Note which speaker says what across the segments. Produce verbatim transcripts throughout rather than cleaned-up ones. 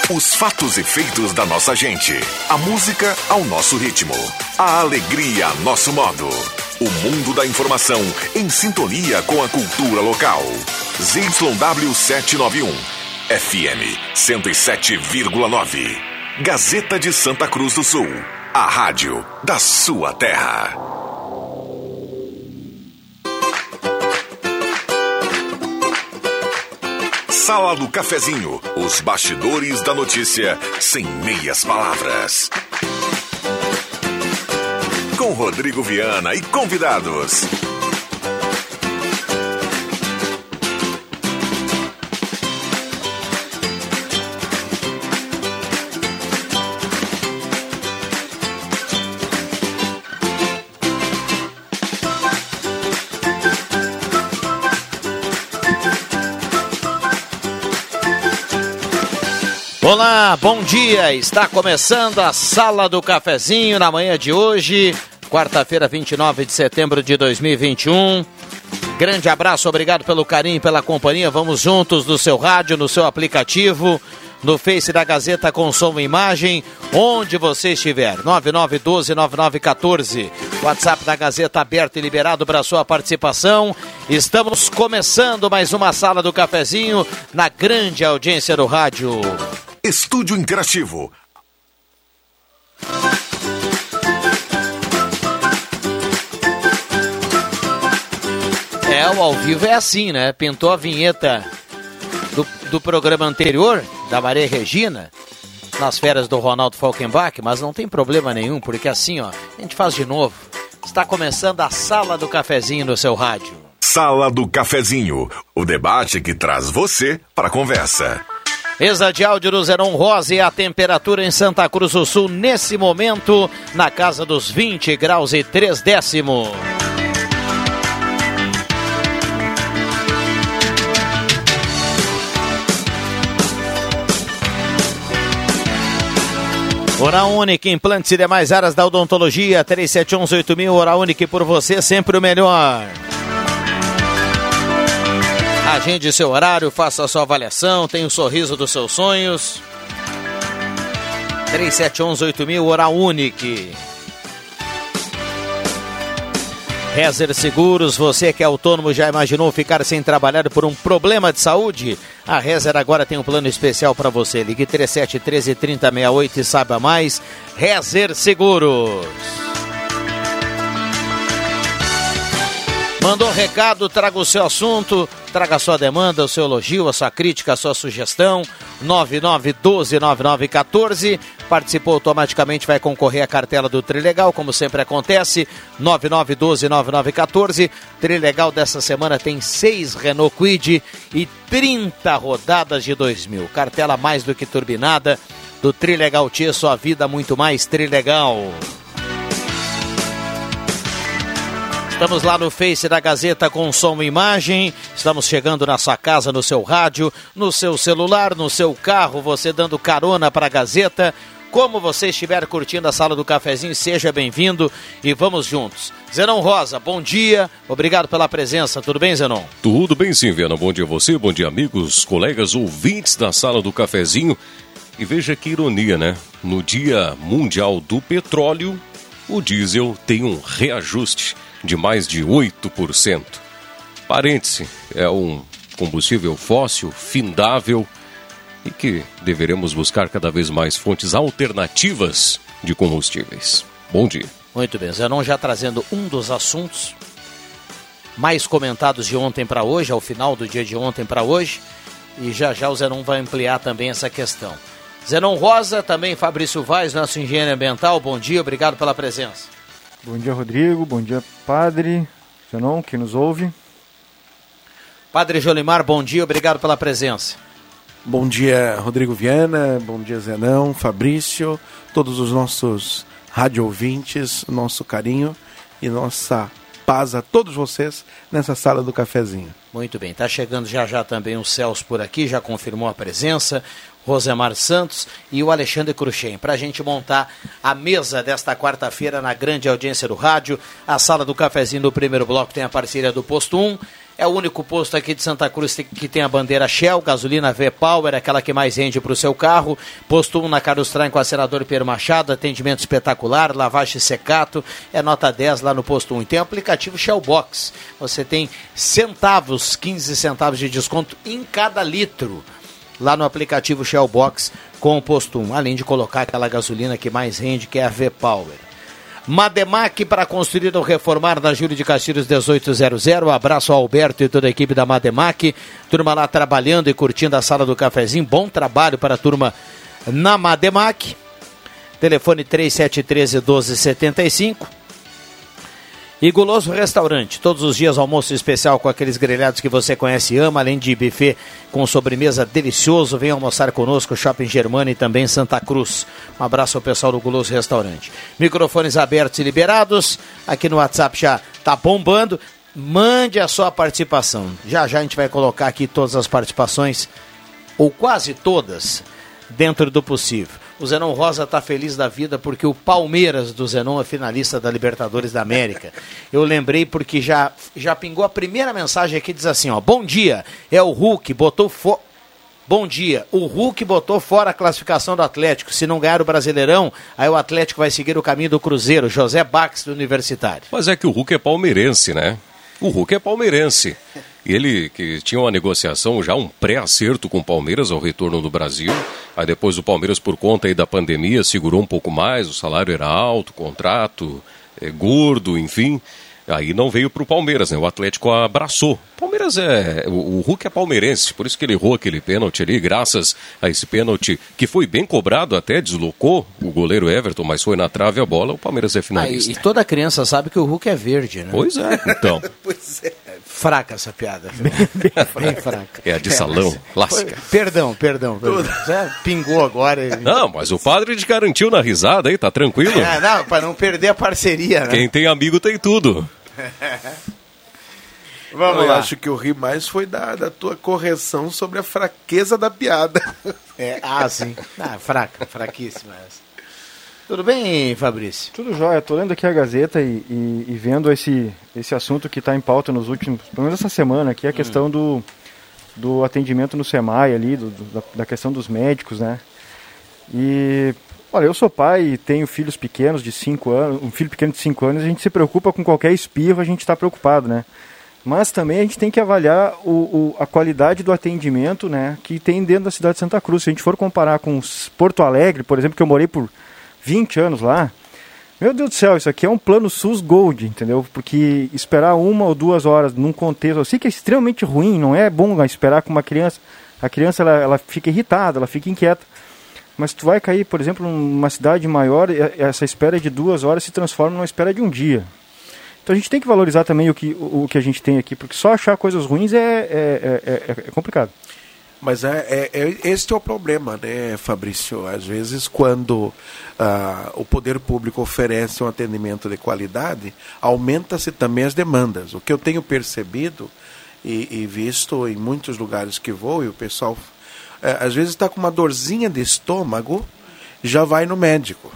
Speaker 1: Os fatos e feitos da nossa gente. A música ao nosso ritmo. A alegria a nosso modo. O mundo da informação em sintonia com a cultura local. Z Y W setecentos e noventa e um. F M cento e sete vírgula nove. Gazeta de Santa Cruz do Sul. A rádio da sua terra. Sala do Cafezinho. Os bastidores da notícia sem meias palavras. Com Rodrigo Viana e convidados.
Speaker 2: Olá, bom dia, está começando a Sala do Cafezinho na manhã de hoje, quarta-feira, vinte e nove de setembro de dois mil e vinte e um. Grande abraço, obrigado pelo carinho, pela companhia, vamos juntos no seu rádio, no seu aplicativo, no Face da Gazeta com som e imagem, onde você estiver, nove nove um dois nove nove um quatro, WhatsApp da Gazeta aberto e liberado para a sua participação. Estamos começando mais uma Sala do Cafezinho na grande audiência do rádio.
Speaker 1: Estúdio Interativo.
Speaker 2: É, o ao vivo é assim, né? Pintou a vinheta do, do programa anterior, da Maria Regina, nas férias do Ronaldo Falkenbach, mas não tem problema nenhum, porque assim, ó, a gente faz de novo. Está começando a Sala do Cafezinho no seu rádio.
Speaker 1: Sala do Cafezinho, o debate que traz você para a conversa.
Speaker 2: Mesa de áudio do Zenon Rosa e a temperatura em Santa Cruz do Sul nesse momento na casa dos vinte graus e três décimos. Oral Unique, implantes e demais áreas da odontologia, três sete um oito mil, Oral Unique por você, sempre o melhor. Agende seu horário, faça a sua avaliação, tenha o sorriso dos seus sonhos. três sete um oito mil, Oral Unique. Rezer Seguros, você que é autônomo já imaginou ficar sem trabalhar por um problema de saúde? A Rezer agora tem um plano especial para você. Ligue três sete um três, três zero seis oito e saiba mais. Rezer Seguros. Mandou recado, traga o seu assunto, traga a sua demanda, o seu elogio, a sua crítica, a sua sugestão. nove nove um dois nove nove um quatro. Participou automaticamente, vai concorrer à cartela do Trilegal, como sempre acontece. nove nove um dois nove nove um quatro. Trilegal dessa semana tem seis Renault Kwid e trinta rodadas de dois mil. Cartela mais do que turbinada do Trilegal Tia, sua vida muito mais Trilegal. Estamos lá no Face da Gazeta com som e imagem. Estamos chegando na sua casa, no seu rádio, no seu celular, no seu carro, você dando carona para a Gazeta. Como você estiver curtindo a Sala do Cafezinho, seja bem-vindo e vamos juntos. Zenon Rosa, bom dia, obrigado pela presença. Tudo bem, Zenon?
Speaker 3: Tudo bem, sim, Viana. Bom dia a você, bom dia, amigos, colegas, ouvintes da Sala do Cafezinho. E veja que ironia, né? No Dia Mundial do Petróleo, o diesel tem um reajuste de mais de oito por cento. Parêntese, é um combustível fóssil, findável, e que deveremos buscar cada vez mais fontes alternativas de combustíveis. Bom dia.
Speaker 2: Muito bem, Zenon já trazendo um dos assuntos mais comentados de ontem para hoje, ao final do dia de ontem para hoje, e já já o Zenon vai ampliar também essa questão. Zenon Rosa, também Fabrício Vaz, nosso engenheiro ambiental, bom dia, obrigado pela presença.
Speaker 4: Bom dia, Rodrigo. Bom dia, Padre Zenon, que nos ouve.
Speaker 2: Padre Jolimar, bom dia, obrigado pela presença.
Speaker 5: Bom dia, Rodrigo Viana. Bom dia, Zenão, Fabrício, todos os nossos rádio ouvintes, nosso carinho e nossa paz a todos vocês nessa Sala do Cafezinho.
Speaker 2: Muito bem, está chegando já já também o Celso por aqui, já confirmou a presença. Rosemar Santos e o Alexandre Cruxem, para a gente montar a mesa desta quarta-feira na grande audiência do rádio. A Sala do Cafezinho do primeiro bloco tem a parceria do Posto um É o único posto aqui de Santa Cruz que tem a bandeira Shell, gasolina V-Power, aquela que mais rende para o seu carro. Posto um na Carlos Traem com a Senador Pedro Machado, atendimento espetacular, lavagem secato, é nota dez lá no posto um. E tem o aplicativo Shell Box. Você tem centavos, quinze centavos de desconto em cada litro lá no aplicativo Shell Box com o posto um, além de colocar aquela gasolina que mais rende, que é a V-Power. Mademac para construir ou reformar na Júlio de Castilhos dezoito zero zero. Abraço ao Alberto e toda a equipe da Mademac. Turma lá trabalhando e curtindo a sala do cafezinho. Bom trabalho para a turma na Mademac. Telefone três sete um três, um dois sete cinco. E Guloso Restaurante, todos os dias almoço especial com aqueles grelhados que você conhece e ama, além de buffet com sobremesa delicioso. Vem almoçar conosco, Shopping Germana e também Santa Cruz. Um abraço ao pessoal do Guloso Restaurante. Microfones abertos e liberados, aqui no WhatsApp já tá bombando. Mande a sua participação. Já já a gente vai colocar aqui todas as participações, ou quase todas, dentro do possível. O Zenon Rosa está feliz da vida porque o Palmeiras do Zenon é finalista da Libertadores da América. Eu lembrei porque já, já pingou a primeira mensagem aqui, diz assim, ó, bom dia, é o Hulk, botou fora... Bom dia, o Hulk botou fora a classificação do Atlético. Se não ganhar o Brasileirão, aí o Atlético vai seguir o caminho do Cruzeiro. José Bax, do Universitário.
Speaker 3: Mas é que o Hulk é palmeirense, né? O Hulk é palmeirense. E ele que tinha uma negociação, já um pré-acerto com o Palmeiras ao retorno do Brasil. Aí depois o Palmeiras, por conta aí da pandemia, segurou um pouco mais, o salário era alto, o contrato é, gordo, enfim. Aí não veio para o Palmeiras, né? O Atlético abraçou. O Palmeiras é... O, o Hulk é palmeirense, por isso que ele errou aquele pênalti ali, graças a esse pênalti, que foi bem cobrado até, deslocou o goleiro Everton, mas foi na trave a bola, o Palmeiras é finalista.
Speaker 2: Ah, e, e toda criança sabe que o Hulk é verde, né?
Speaker 3: Pois é, então.
Speaker 2: Pois é. Fraca essa piada. Bem, bem fraca.
Speaker 3: É a de salão, é, clássica.
Speaker 2: Foi, perdão, perdão. perdão. Já pingou agora. Ele...
Speaker 3: Não, mas o padre te garantiu na risada aí, tá tranquilo?
Speaker 2: É, não, para não perder a parceria, né?
Speaker 3: Quem tem amigo tem tudo.
Speaker 5: Vamos Eu lá. acho que eu ri mais foi da, da tua correção sobre a fraqueza da piada.
Speaker 2: É, ah, sim. Ah, fraca, fraquíssima essa. Tudo bem, Fabrício?
Speaker 4: Tudo jóia. Estou lendo aqui a Gazeta e, e, e vendo esse, esse assunto que está em pauta nos últimos, pelo menos essa semana, que é a hum. questão do, do atendimento no SEMAI ali, do, do, da, da questão dos médicos, né? E, olha, eu sou pai e tenho filhos pequenos de cinco anos, um filho pequeno de cinco anos, a gente se preocupa com qualquer espirro, a gente está preocupado, né? Mas também a gente tem que avaliar o, o, a qualidade do atendimento, né, que tem dentro da cidade de Santa Cruz. Se a gente for comparar com Porto Alegre, por exemplo, que eu morei por vinte anos lá, meu Deus do céu, isso aqui é um plano SUS Gold, entendeu? Porque esperar uma ou duas horas num contexto, eu sei que é extremamente ruim, não é bom esperar com uma criança. A criança, ela, ela fica irritada, ela fica inquieta. Mas tu vai cair, por exemplo, numa cidade maior, essa espera de duas horas se transforma numa espera de um dia. Então a gente tem que valorizar também o que, o, o que a gente tem aqui, porque só achar coisas ruins é, é, é, é, é complicado.
Speaker 5: Mas é, é, é, este é o problema, né, Fabrício? Às vezes, quando ah, o poder público oferece um atendimento de qualidade, aumenta-se também as demandas. O que eu tenho percebido e, e visto em muitos lugares que vou, e o pessoal, é, às vezes está com uma dorzinha de estômago, já vai no médico,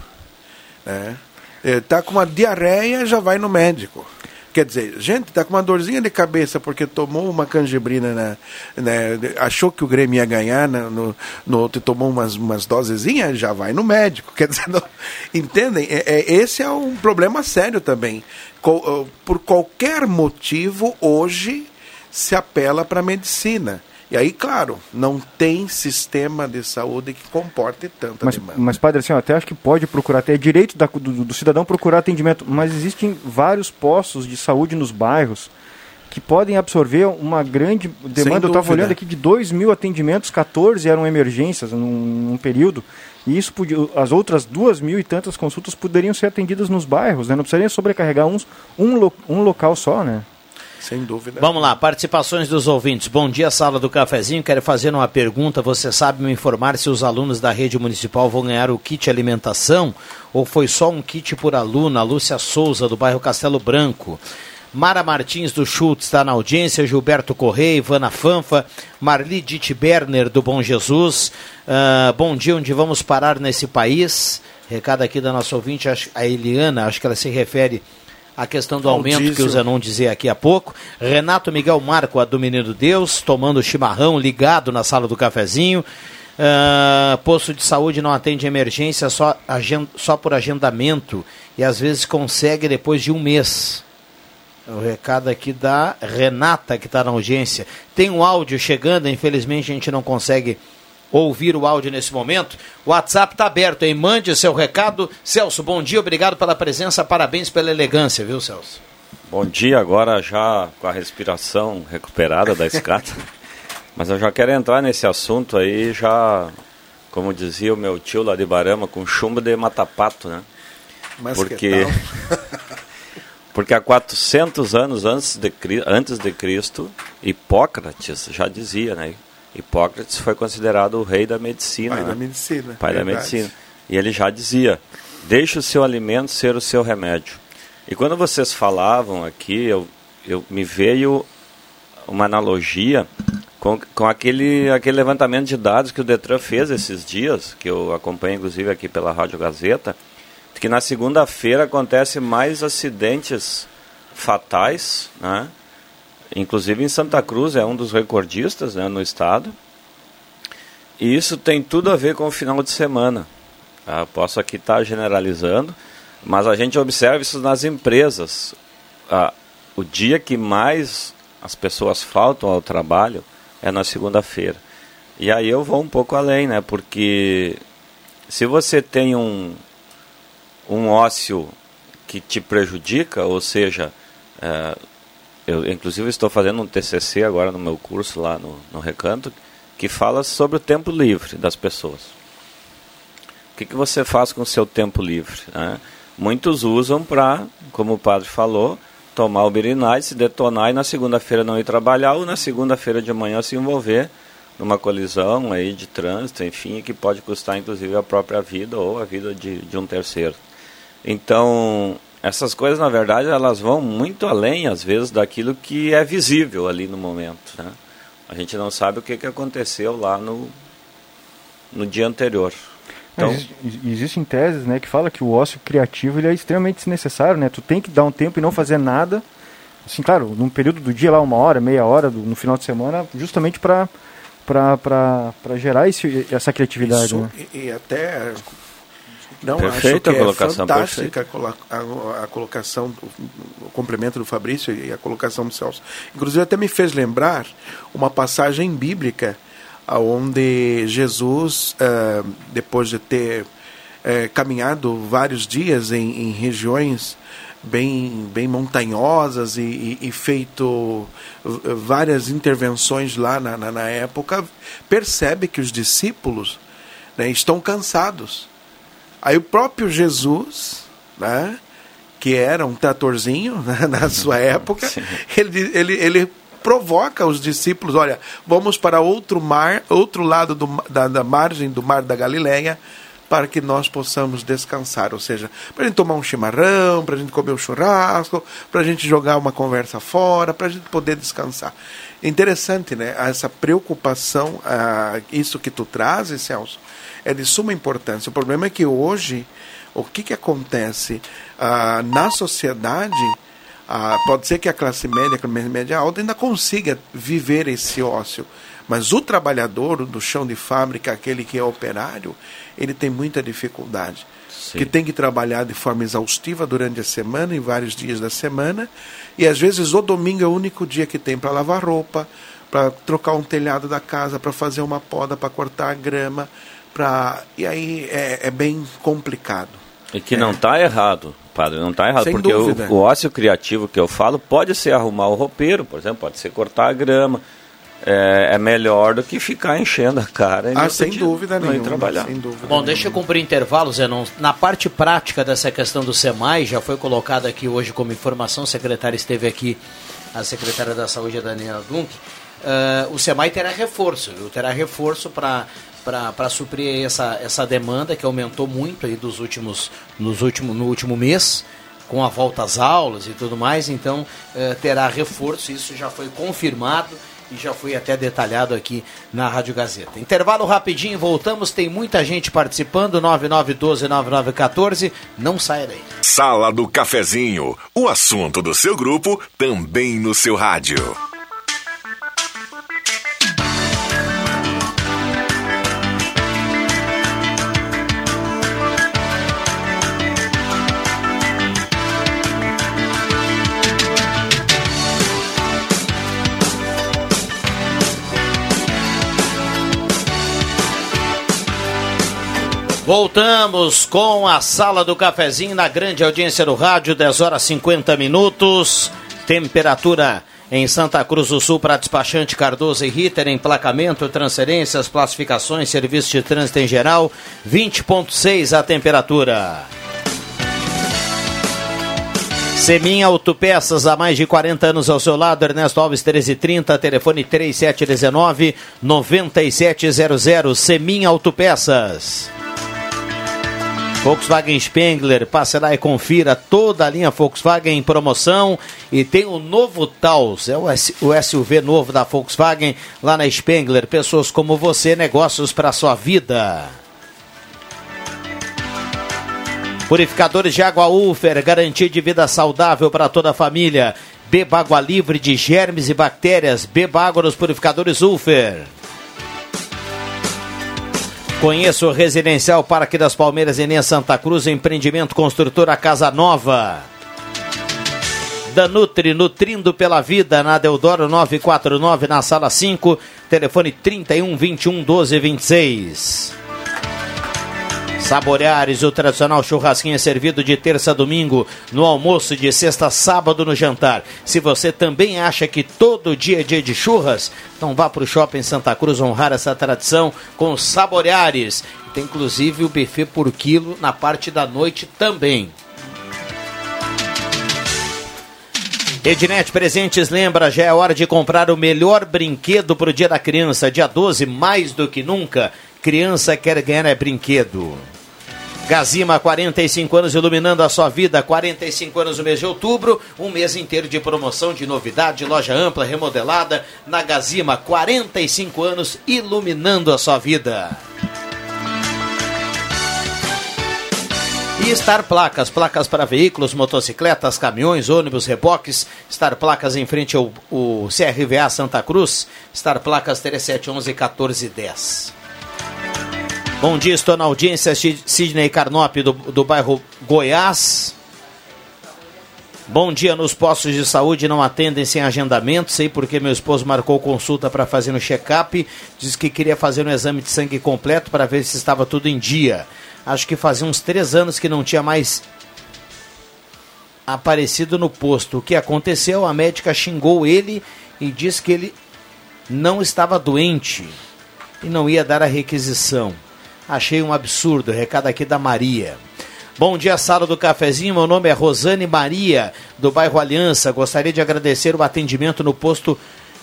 Speaker 5: né? Está com uma diarreia, já vai no médico. Quer dizer, gente, está com uma dorzinha de cabeça porque tomou uma canjibrina, né, né, achou que o Grêmio ia ganhar, né, no, no outro tomou umas, umas dosezinhas, já vai no médico. Quer dizer, não, entendem? É, é, esse é um problema sério também. Co, por qualquer motivo, hoje se apela para a medicina. E aí, claro, não tem sistema de saúde que comporte tanta
Speaker 4: mas,
Speaker 5: demanda.
Speaker 4: Mas, padre, assim, eu até acho que pode procurar, até é direito da, do, do cidadão procurar atendimento, mas existem vários postos de saúde nos bairros que podem absorver uma grande demanda. Eu estava olhando aqui de dois mil atendimentos, quatorze eram emergências num, num período, e isso podia, as outras duas mil e tantas consultas poderiam ser atendidas nos bairros, né? Não precisaria sobrecarregar uns, um, lo, um local só, né?
Speaker 5: Sem dúvida.
Speaker 2: Vamos lá, participações dos ouvintes. Bom dia, Sala do Cafezinho. Quero fazer uma pergunta. Você sabe me informar se os alunos da rede municipal vão ganhar o kit alimentação ou foi só um kit por aluna? Lúcia Souza, do bairro Castelo Branco. Mara Martins, do Schultz, está na audiência. Gilberto Correia, Ivana Fanfa, Marli Ditt Berner, do Bom Jesus. Uh, bom dia, onde vamos parar nesse país? Recado aqui da nossa ouvinte, a Eliana, acho que ela se refere a questão do aumento que o Zenon dizia aqui há pouco. Renato Miguel Marco, a do Menino Deus, tomando chimarrão, ligado na sala do cafezinho. Uh, posto de saúde não atende emergência só, agend- só por agendamento e às vezes consegue depois de um mês. O recado aqui da Renata, que está na audiência. Tem um áudio chegando, infelizmente a gente não consegue ouvir o áudio nesse momento. O WhatsApp está aberto, hein? Mande seu recado. Celso, bom dia, obrigado pela presença, parabéns pela elegância, viu, Celso?
Speaker 6: Bom dia, agora já com a respiração recuperada da escada. Mas eu já quero entrar nesse assunto aí, já, como dizia o meu tio lá de Barama, com chumbo de mata-pato, né?
Speaker 5: Mas
Speaker 6: porque, porque há quatrocentos anos antes de, antes de Cristo, Hipócrates já dizia, né? Hipócrates foi considerado o rei da medicina.
Speaker 5: Pai
Speaker 6: né?
Speaker 5: da medicina.
Speaker 6: Pai verdade. da medicina. E ele já dizia, deixe o seu alimento ser o seu remédio. E quando vocês falavam aqui, eu, eu, me veio uma analogia com, com aquele, aquele levantamento de dados que o Detran fez esses dias, que eu acompanho inclusive aqui pela Rádio Gazeta, que na segunda-feira acontece mais acidentes fatais, né? Inclusive em Santa Cruz é um dos recordistas, né, no estado. E isso tem tudo a ver com o final de semana. Tá? Posso aqui estar generalizando, mas a gente observa isso nas empresas. Ah, o dia que mais as pessoas faltam ao trabalho é na segunda-feira. E aí eu vou um pouco além, né? Porque se você tem um, um ócio que te prejudica, ou seja... É, eu inclusive estou fazendo um T C C agora no meu curso lá no, no Recanto, que fala sobre o tempo livre das pessoas. O que, que você faz com o seu tempo livre? Né? Muitos usam para, como o padre falou, tomar o birinite, se detonar e na segunda-feira não ir trabalhar, ou na segunda-feira de manhã se envolver numa colisão aí de trânsito, enfim, que pode custar inclusive a própria vida ou a vida de, de um terceiro. Então... essas coisas, na verdade, elas vão muito além, às vezes, daquilo que é visível ali no momento. Né? A gente não sabe o que, que aconteceu lá no, no dia anterior. Então,
Speaker 4: Existe, existem teses, né, que falam que o ócio criativo ele é extremamente desnecessário. Né? Tu tem que dar um tempo e não fazer nada. Assim, claro, num período do dia, lá uma hora, meia hora, do, no final de semana, justamente para gerar esse, essa criatividade.
Speaker 5: Isso,
Speaker 4: né?
Speaker 5: e, e até... Não,
Speaker 6: perfeita
Speaker 5: acho que
Speaker 6: a colocação,
Speaker 5: é fantástica a, a, a colocação, o complemento do Fabrício e a colocação do Celso. Inclusive até me fez lembrar uma passagem bíblica onde Jesus, uh, depois de ter uh, caminhado vários dias em, em regiões bem, bem montanhosas e, e, e feito várias intervenções lá na, na, na época, percebe que os discípulos, né, estão cansados. Aí o próprio Jesus, né, que era um tratorzinho, né, na sua época, ele, ele, ele provoca os discípulos, olha, vamos para outro mar, outro lado do, da, da margem do mar da Galileia, para que nós possamos descansar, ou seja, para a gente tomar um chimarrão, para a gente comer um churrasco, para a gente jogar uma conversa fora, para a gente poder descansar. Interessante, né, essa preocupação, ah, isso que tu trazes, Celso, é de suma importância. O problema é que hoje, o que, que acontece ah, na sociedade, ah, pode ser que a classe média, a classe média alta ainda consiga viver esse ócio, mas o trabalhador do chão de fábrica, aquele que é operário, ele tem muita dificuldade. Sim. Que tem que trabalhar de forma exaustiva durante a semana, em vários dias da semana, e às vezes o domingo é o único dia que tem para lavar roupa, para trocar um telhado da casa, para fazer uma poda, para cortar a grama, pra... e aí é, é bem complicado.
Speaker 6: E que
Speaker 5: é.
Speaker 6: não está errado, padre, não está errado,
Speaker 5: Sem
Speaker 6: porque o,
Speaker 5: dúvida.
Speaker 6: o ócio criativo que eu falo pode ser arrumar o roupeiro, por exemplo, pode ser cortar a grama, é, é melhor do que ficar enchendo a cara. E
Speaker 5: ah, sem dúvida
Speaker 6: não ir
Speaker 5: nenhuma.
Speaker 6: trabalhar.
Speaker 5: Sem dúvida
Speaker 2: Bom,
Speaker 5: nenhuma.
Speaker 2: deixa eu cumprir intervalo, Zenon. Na parte prática dessa questão do SEMAI, já foi colocado aqui hoje como informação, o secretário esteve aqui, a secretária da Saúde, a Daniela Dunk, uh, o SEMAI terá reforço, viu? Terá reforço para para suprir essa, essa demanda que aumentou muito aí dos últimos, nos último, no último mês, com a volta às aulas e tudo mais, então uh, terá reforço, isso já foi confirmado e já foi até detalhado aqui na Rádio Gazeta. Intervalo rapidinho, voltamos, tem muita gente participando, nove nove um dois, nove nove um quatro, não saia daí.
Speaker 1: Sala do Cafezinho, o assunto do seu grupo também no seu rádio.
Speaker 2: Voltamos com a Sala do Cafezinho na grande audiência do rádio, dez horas e cinquenta minutos. Temperatura em Santa Cruz do Sul para despachante Cardoso e Ritter, emplacamento, transferências, classificações, serviços de trânsito em geral, vinte vírgula seis a temperatura. Semin Autopeças, há mais de quarenta anos ao seu lado, Ernesto Alves treze trinta, telefone três sete um nove, nove sete zero zero, Semin Autopeças. Volkswagen Spengler, passe lá e confira toda a linha Volkswagen em promoção e tem o novo Taos, é o, S, o S U V novo da Volkswagen lá na Spengler. Pessoas como você, negócios para sua vida. Purificadores de água Ufer, garantia de vida saudável para toda a família. Beba água livre de germes e bactérias, beba água nos purificadores Ufer. Conheça o Residencial Parque das Palmeiras em linha Santa Cruz, empreendimento construtora Casa Nova. Danutri, nutrindo pela vida, na Deodoro nove quatro nove, na sala cinco, telefone trinta e um, vinte e um, doze, vinte e seis. Saboreares, o tradicional churrasquinho é servido de terça a domingo, no almoço, de sexta a sábado no jantar. Se você também acha que todo dia é dia de churras, então vá para o Shopping Santa Cruz honrar essa tradição com Saboreares. Tem inclusive o buffet por quilo na parte da noite também. Ednet Presentes lembra, já é hora de comprar o melhor brinquedo para o Dia da Criança. Dia doze, mais do que nunca, criança quer ganhar é brinquedo. Gazima, quarenta e cinco anos iluminando a sua vida, quarenta e cinco anos no mês de outubro, um mês inteiro de promoção, de novidade, loja ampla, remodelada na Gazima, quarenta e cinco anos iluminando a sua vida. E Star Placas, placas para veículos, motocicletas, caminhões, ônibus, reboques. Star Placas em frente ao, ao C R V A Santa Cruz. Star Placas três sete um um, um quatro um zero. Bom dia, estou na audiência, Sidney Carnop do, do bairro Goiás. Bom dia, nos postos de saúde não atendem sem agendamento. Sei porque meu esposo marcou consulta para fazer um check-up. Diz que queria fazer um exame de sangue completo para ver se estava tudo em dia. Acho que fazia uns três anos que não tinha mais aparecido no posto. O que aconteceu? A médica xingou ele e disse que ele não estava doente e não ia dar a requisição. Achei um absurdo. Recado aqui da Maria. Bom dia, Sala do Cafezinho. Meu nome é Rosane Maria, do bairro Aliança. Gostaria de agradecer o atendimento no posto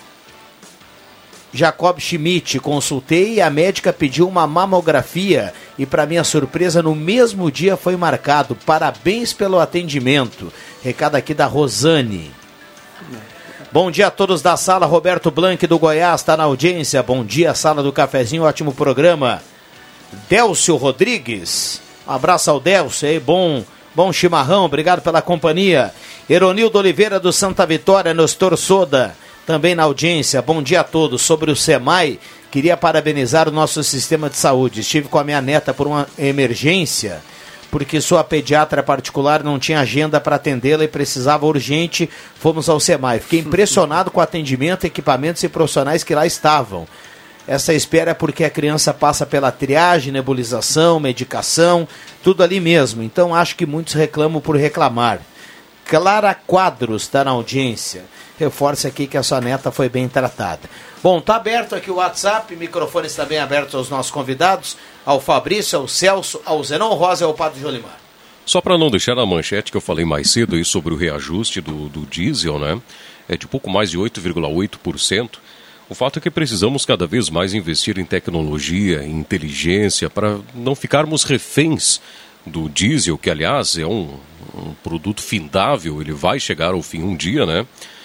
Speaker 2: Jacob Schmidt. Consultei e a médica pediu uma mamografia e, para minha surpresa, no mesmo dia foi marcado. Parabéns pelo atendimento. Recado aqui da Rosane. Bom dia a todos da sala. Roberto Blanc do Goiás está na audiência. Bom dia, Sala do Cafezinho. Ótimo programa. Délcio Rodrigues. Um abraço ao Délcio aí. Bom, bom chimarrão. Obrigado pela companhia. Eronildo Oliveira do Santa Vitória, no Estor Soda. Também na audiência. Bom dia a todos. Sobre o SEMAI, queria parabenizar o nosso sistema de saúde. Estive com a minha neta por uma emergência, porque sua pediatra particular não tinha agenda para atendê-la e precisava urgente. Fomos ao SEMAI. Fiquei impressionado com o atendimento, equipamentos e profissionais que lá estavam. Essa espera é porque a criança passa pela triagem, nebulização, medicação, tudo ali mesmo. Então acho que muitos reclamam por reclamar. Clara Quadros está na audiência. Reforça aqui que a sua neta foi bem tratada. Bom, está aberto aqui o WhatsApp, microfones também abertos aos nossos convidados, ao Fabrício, ao Celso, ao Zenon Rosa e ao Padre Jolimar.
Speaker 3: Só para não deixar na manchete que eu falei mais cedo aí sobre o reajuste do, do diesel, né? É de pouco mais de oito vírgula oito por cento. O fato é que precisamos cada vez mais investir em tecnologia, em inteligência, para não ficarmos reféns do diesel, que aliás é um, um produto findável, ele vai chegar ao fim um dia, né?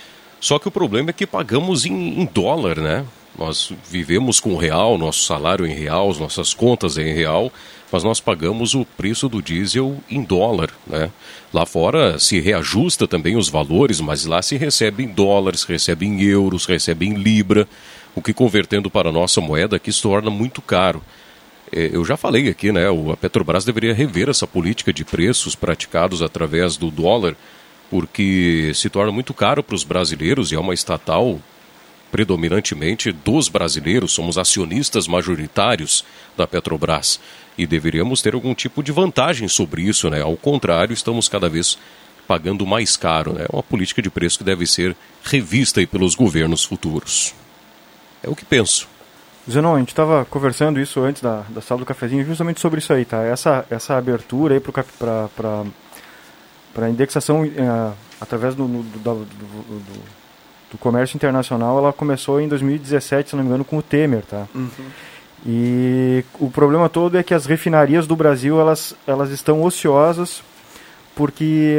Speaker 3: Só que o problema é que pagamos em, em dólar, né? Nós vivemos com real, nosso salário em real, as nossas contas em real, mas nós pagamos o preço do diesel em dólar, né? Lá fora se reajusta também os valores, mas lá se recebe em dólares, recebe em euros, recebe em libra, o que convertendo para a nossa moeda aqui se torna muito caro. Eu já falei aqui, né? A Petrobras deveria rever essa política de preços praticados através do dólar, porque se torna muito caro para os brasileiros e é uma estatal predominantemente dos brasileiros, somos acionistas majoritários da Petrobras e deveríamos ter algum tipo de vantagem sobre isso, né? Ao contrário, estamos cada vez pagando mais caro, né? É uma política de preço que deve ser revista aí pelos governos futuros. É o que penso.
Speaker 4: Zenon, a gente estava conversando isso antes da, da sala do cafezinho, justamente sobre isso aí, tá? Essa, essa abertura aí para a indexação é, através do, do, do, do, do, do comércio internacional, ela começou em dois mil e dezessete, se não me engano, com o Temer, tá? Uhum. E o problema todo é que as refinarias do Brasil, elas, elas estão ociosas porque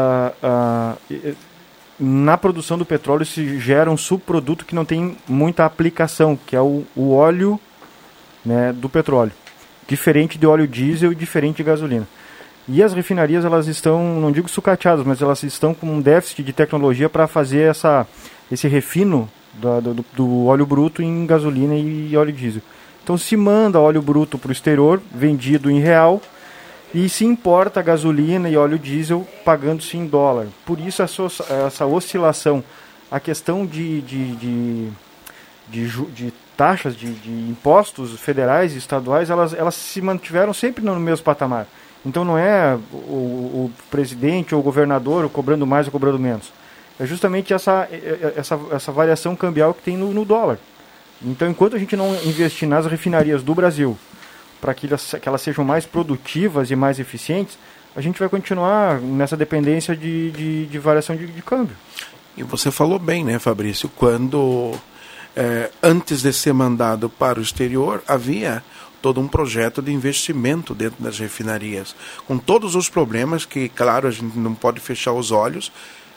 Speaker 4: uh, uh, na produção do petróleo se gera um subproduto que não tem muita aplicação, que é o, o óleo, né, do petróleo. Diferente de óleo diesel e diferente de gasolina. E as refinarias, elas estão, não digo sucateadas, mas elas estão com um déficit de tecnologia para fazer essa, esse refino do, do, do óleo bruto em gasolina e óleo diesel. Então se manda óleo bruto para o exterior, vendido em real, e se importa gasolina e óleo diesel pagando-se em dólar. Por isso essa, essa oscilação, a questão de, de, de, de, de taxas, de, de impostos federais e estaduais, elas, elas se mantiveram sempre no mesmo patamar. Então não é o, o presidente ou o governador cobrando mais ou cobrando menos. É justamente essa, essa, essa variação cambial que tem no, no dólar. Então enquanto a gente não investir nas refinarias do Brasil, para que elas, que elas sejam mais produtivas e mais eficientes, a gente vai continuar nessa dependência de, de, de variação de, de câmbio.
Speaker 5: E você falou bem, né, Fabrício? Quando, é, antes de ser mandado para o exterior, havia todo um projeto de investimento dentro das refinarias, com todos os problemas que, claro, a gente não pode fechar os olhos,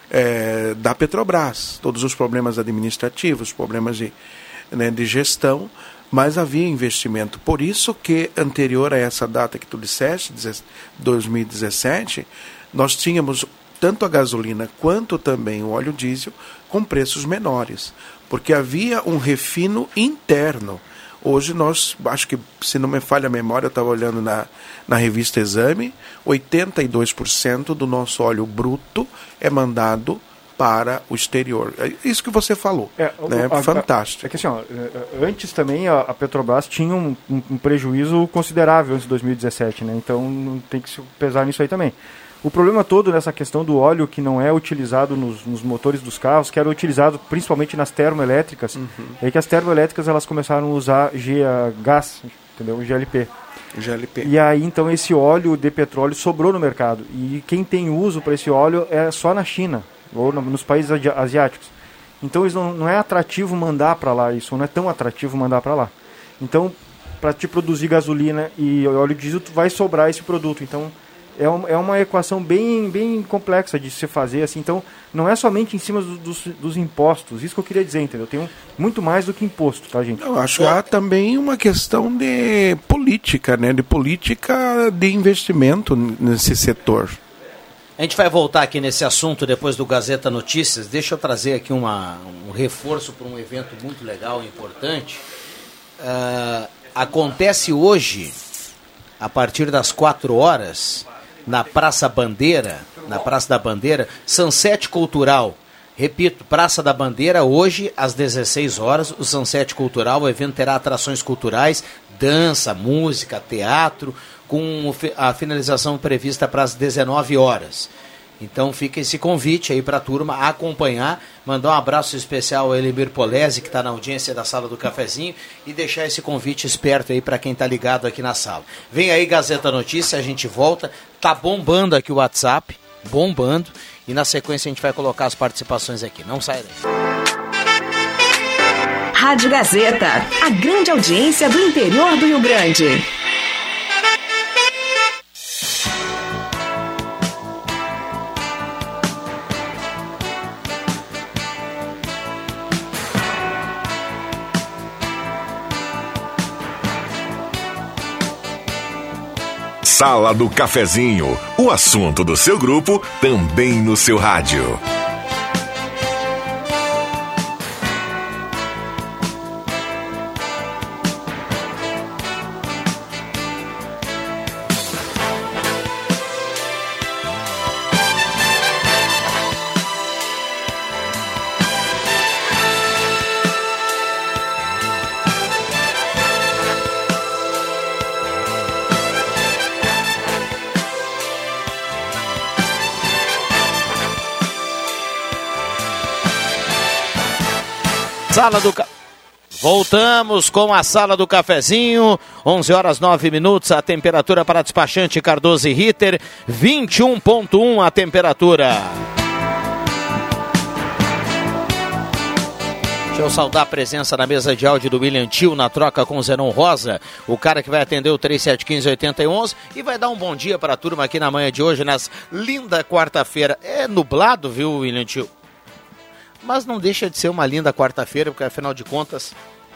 Speaker 5: é, da Petrobras, todos os problemas administrativos, problemas de, né, de gestão, mas havia investimento. Por isso que, anterior a essa data que tu disseste, dois mil e dezessete, nós tínhamos tanto a gasolina quanto também o óleo diesel com preços menores, porque havia um refino interno. Hoje nós, acho que, se não me falha a memória, eu estava olhando na, na revista Exame, oitenta e dois por cento do nosso óleo bruto é mandado para o exterior. É isso que você falou. É, né? a, Fantástico.
Speaker 4: É que assim, ó, antes também a, a Petrobras tinha um, um, um prejuízo considerável antes de dois mil e dezessete, né? Então tem que se pesar nisso aí também. O problema todo nessa questão do óleo que não é utilizado nos, nos motores dos carros, que era utilizado principalmente nas termoelétricas, uhum. é que as termoelétricas elas começaram a usar G, gás, entendeu? G L P.
Speaker 5: G L P.
Speaker 4: E aí então esse óleo de petróleo sobrou no mercado. E quem tem uso para esse óleo é só na China ou nos países asiáticos. Então isso não, não é atrativo mandar para lá, isso não é tão atrativo mandar para lá. Então, para te produzir gasolina e óleo diesel, tu vai sobrar esse produto. Então, é, um, é uma equação bem, bem complexa de se fazer. Assim. Então, não é somente em cima do, dos, dos impostos, isso que eu queria dizer, entendeu? Tem um, muito mais do que imposto, tá, gente?
Speaker 5: Eu acho que há também uma questão de política, né? De política de investimento nesse setor.
Speaker 2: A gente vai voltar aqui nesse assunto depois do Gazeta Notícias. Deixa eu trazer aqui uma, um reforço para um evento muito legal e importante. Uh, acontece hoje, a partir das quatro horas, na Praça Bandeira, na Praça da Bandeira, Sunset Cultural. Repito, Praça da Bandeira, hoje, às dezesseis horas, o Sunset Cultural. O evento terá atrações culturais, dança, música, teatro, com a finalização prevista para as dezenove horas. Então fica esse convite aí para a turma acompanhar, mandar um abraço especial ao Elimir Polese, que está na audiência da Sala do Cafezinho, e deixar esse convite esperto aí para quem está ligado aqui na sala. Vem aí Gazeta Notícia, a gente volta, tá bombando aqui o WhatsApp, bombando, e na sequência a gente vai colocar as participações aqui. Não sai daí.
Speaker 7: Rádio Gazeta, a grande audiência do interior do Rio Grande.
Speaker 1: Sala do Cafezinho, o assunto do seu grupo também no seu rádio.
Speaker 2: Sala do Ca... Voltamos com a Sala do Cafezinho, onze horas nove minutos, a temperatura para despachante Cardoso e Ritter, vinte e um ponto um a temperatura. Deixa eu saudar a presença na mesa de áudio do William Tio na troca com o Zenon Rosa, o cara que vai atender o trinta e sete quinze, oitenta e onze e vai dar um bom dia para a turma aqui na manhã de hoje, nessa linda quarta-feira. É nublado, viu, William Tio? Mas não deixa de ser uma linda quarta-feira, porque afinal de contas,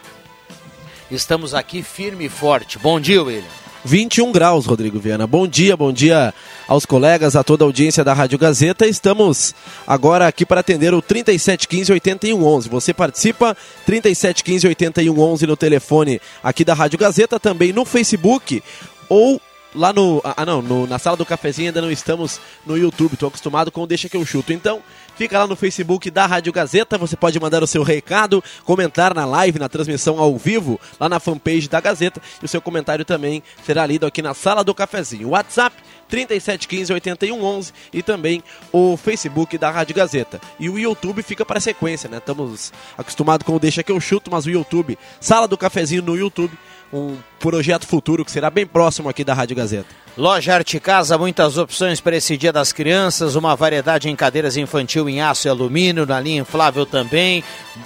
Speaker 2: estamos aqui firme e forte. Bom dia, William.
Speaker 8: vinte e um graus, Rodrigo Viana. Bom dia, bom dia aos colegas, a toda a audiência da Rádio Gazeta. Estamos agora aqui para atender o trinta e sete quinze, oitenta e um onze. Você participa, trinta e sete quinze, oitenta e um onze no telefone aqui da Rádio Gazeta, também no Facebook ou lá no... Ah, não, no, na Sala do Cafezinho ainda não estamos no YouTube. Estou acostumado com o Deixa Que Eu Chuto. Então, fica lá no Facebook da Rádio Gazeta. Você pode mandar o seu recado, comentar na live, na transmissão ao vivo, lá na fanpage da Gazeta. E o seu comentário também será lido aqui na Sala do Cafezinho. WhatsApp trinta e sete quinze, oitenta e um onze e também o Facebook da Rádio Gazeta. E o YouTube fica para a sequência, né? Estamos acostumados com o Deixa Que Eu Chuto, mas o YouTube, Sala do Cafezinho no YouTube, um projeto futuro que será bem próximo aqui da Rádio Gazeta.
Speaker 2: Loja Arte Casa, muitas opções para esse Dia das Crianças, uma variedade em cadeiras infantil em aço e alumínio, na linha inflável também,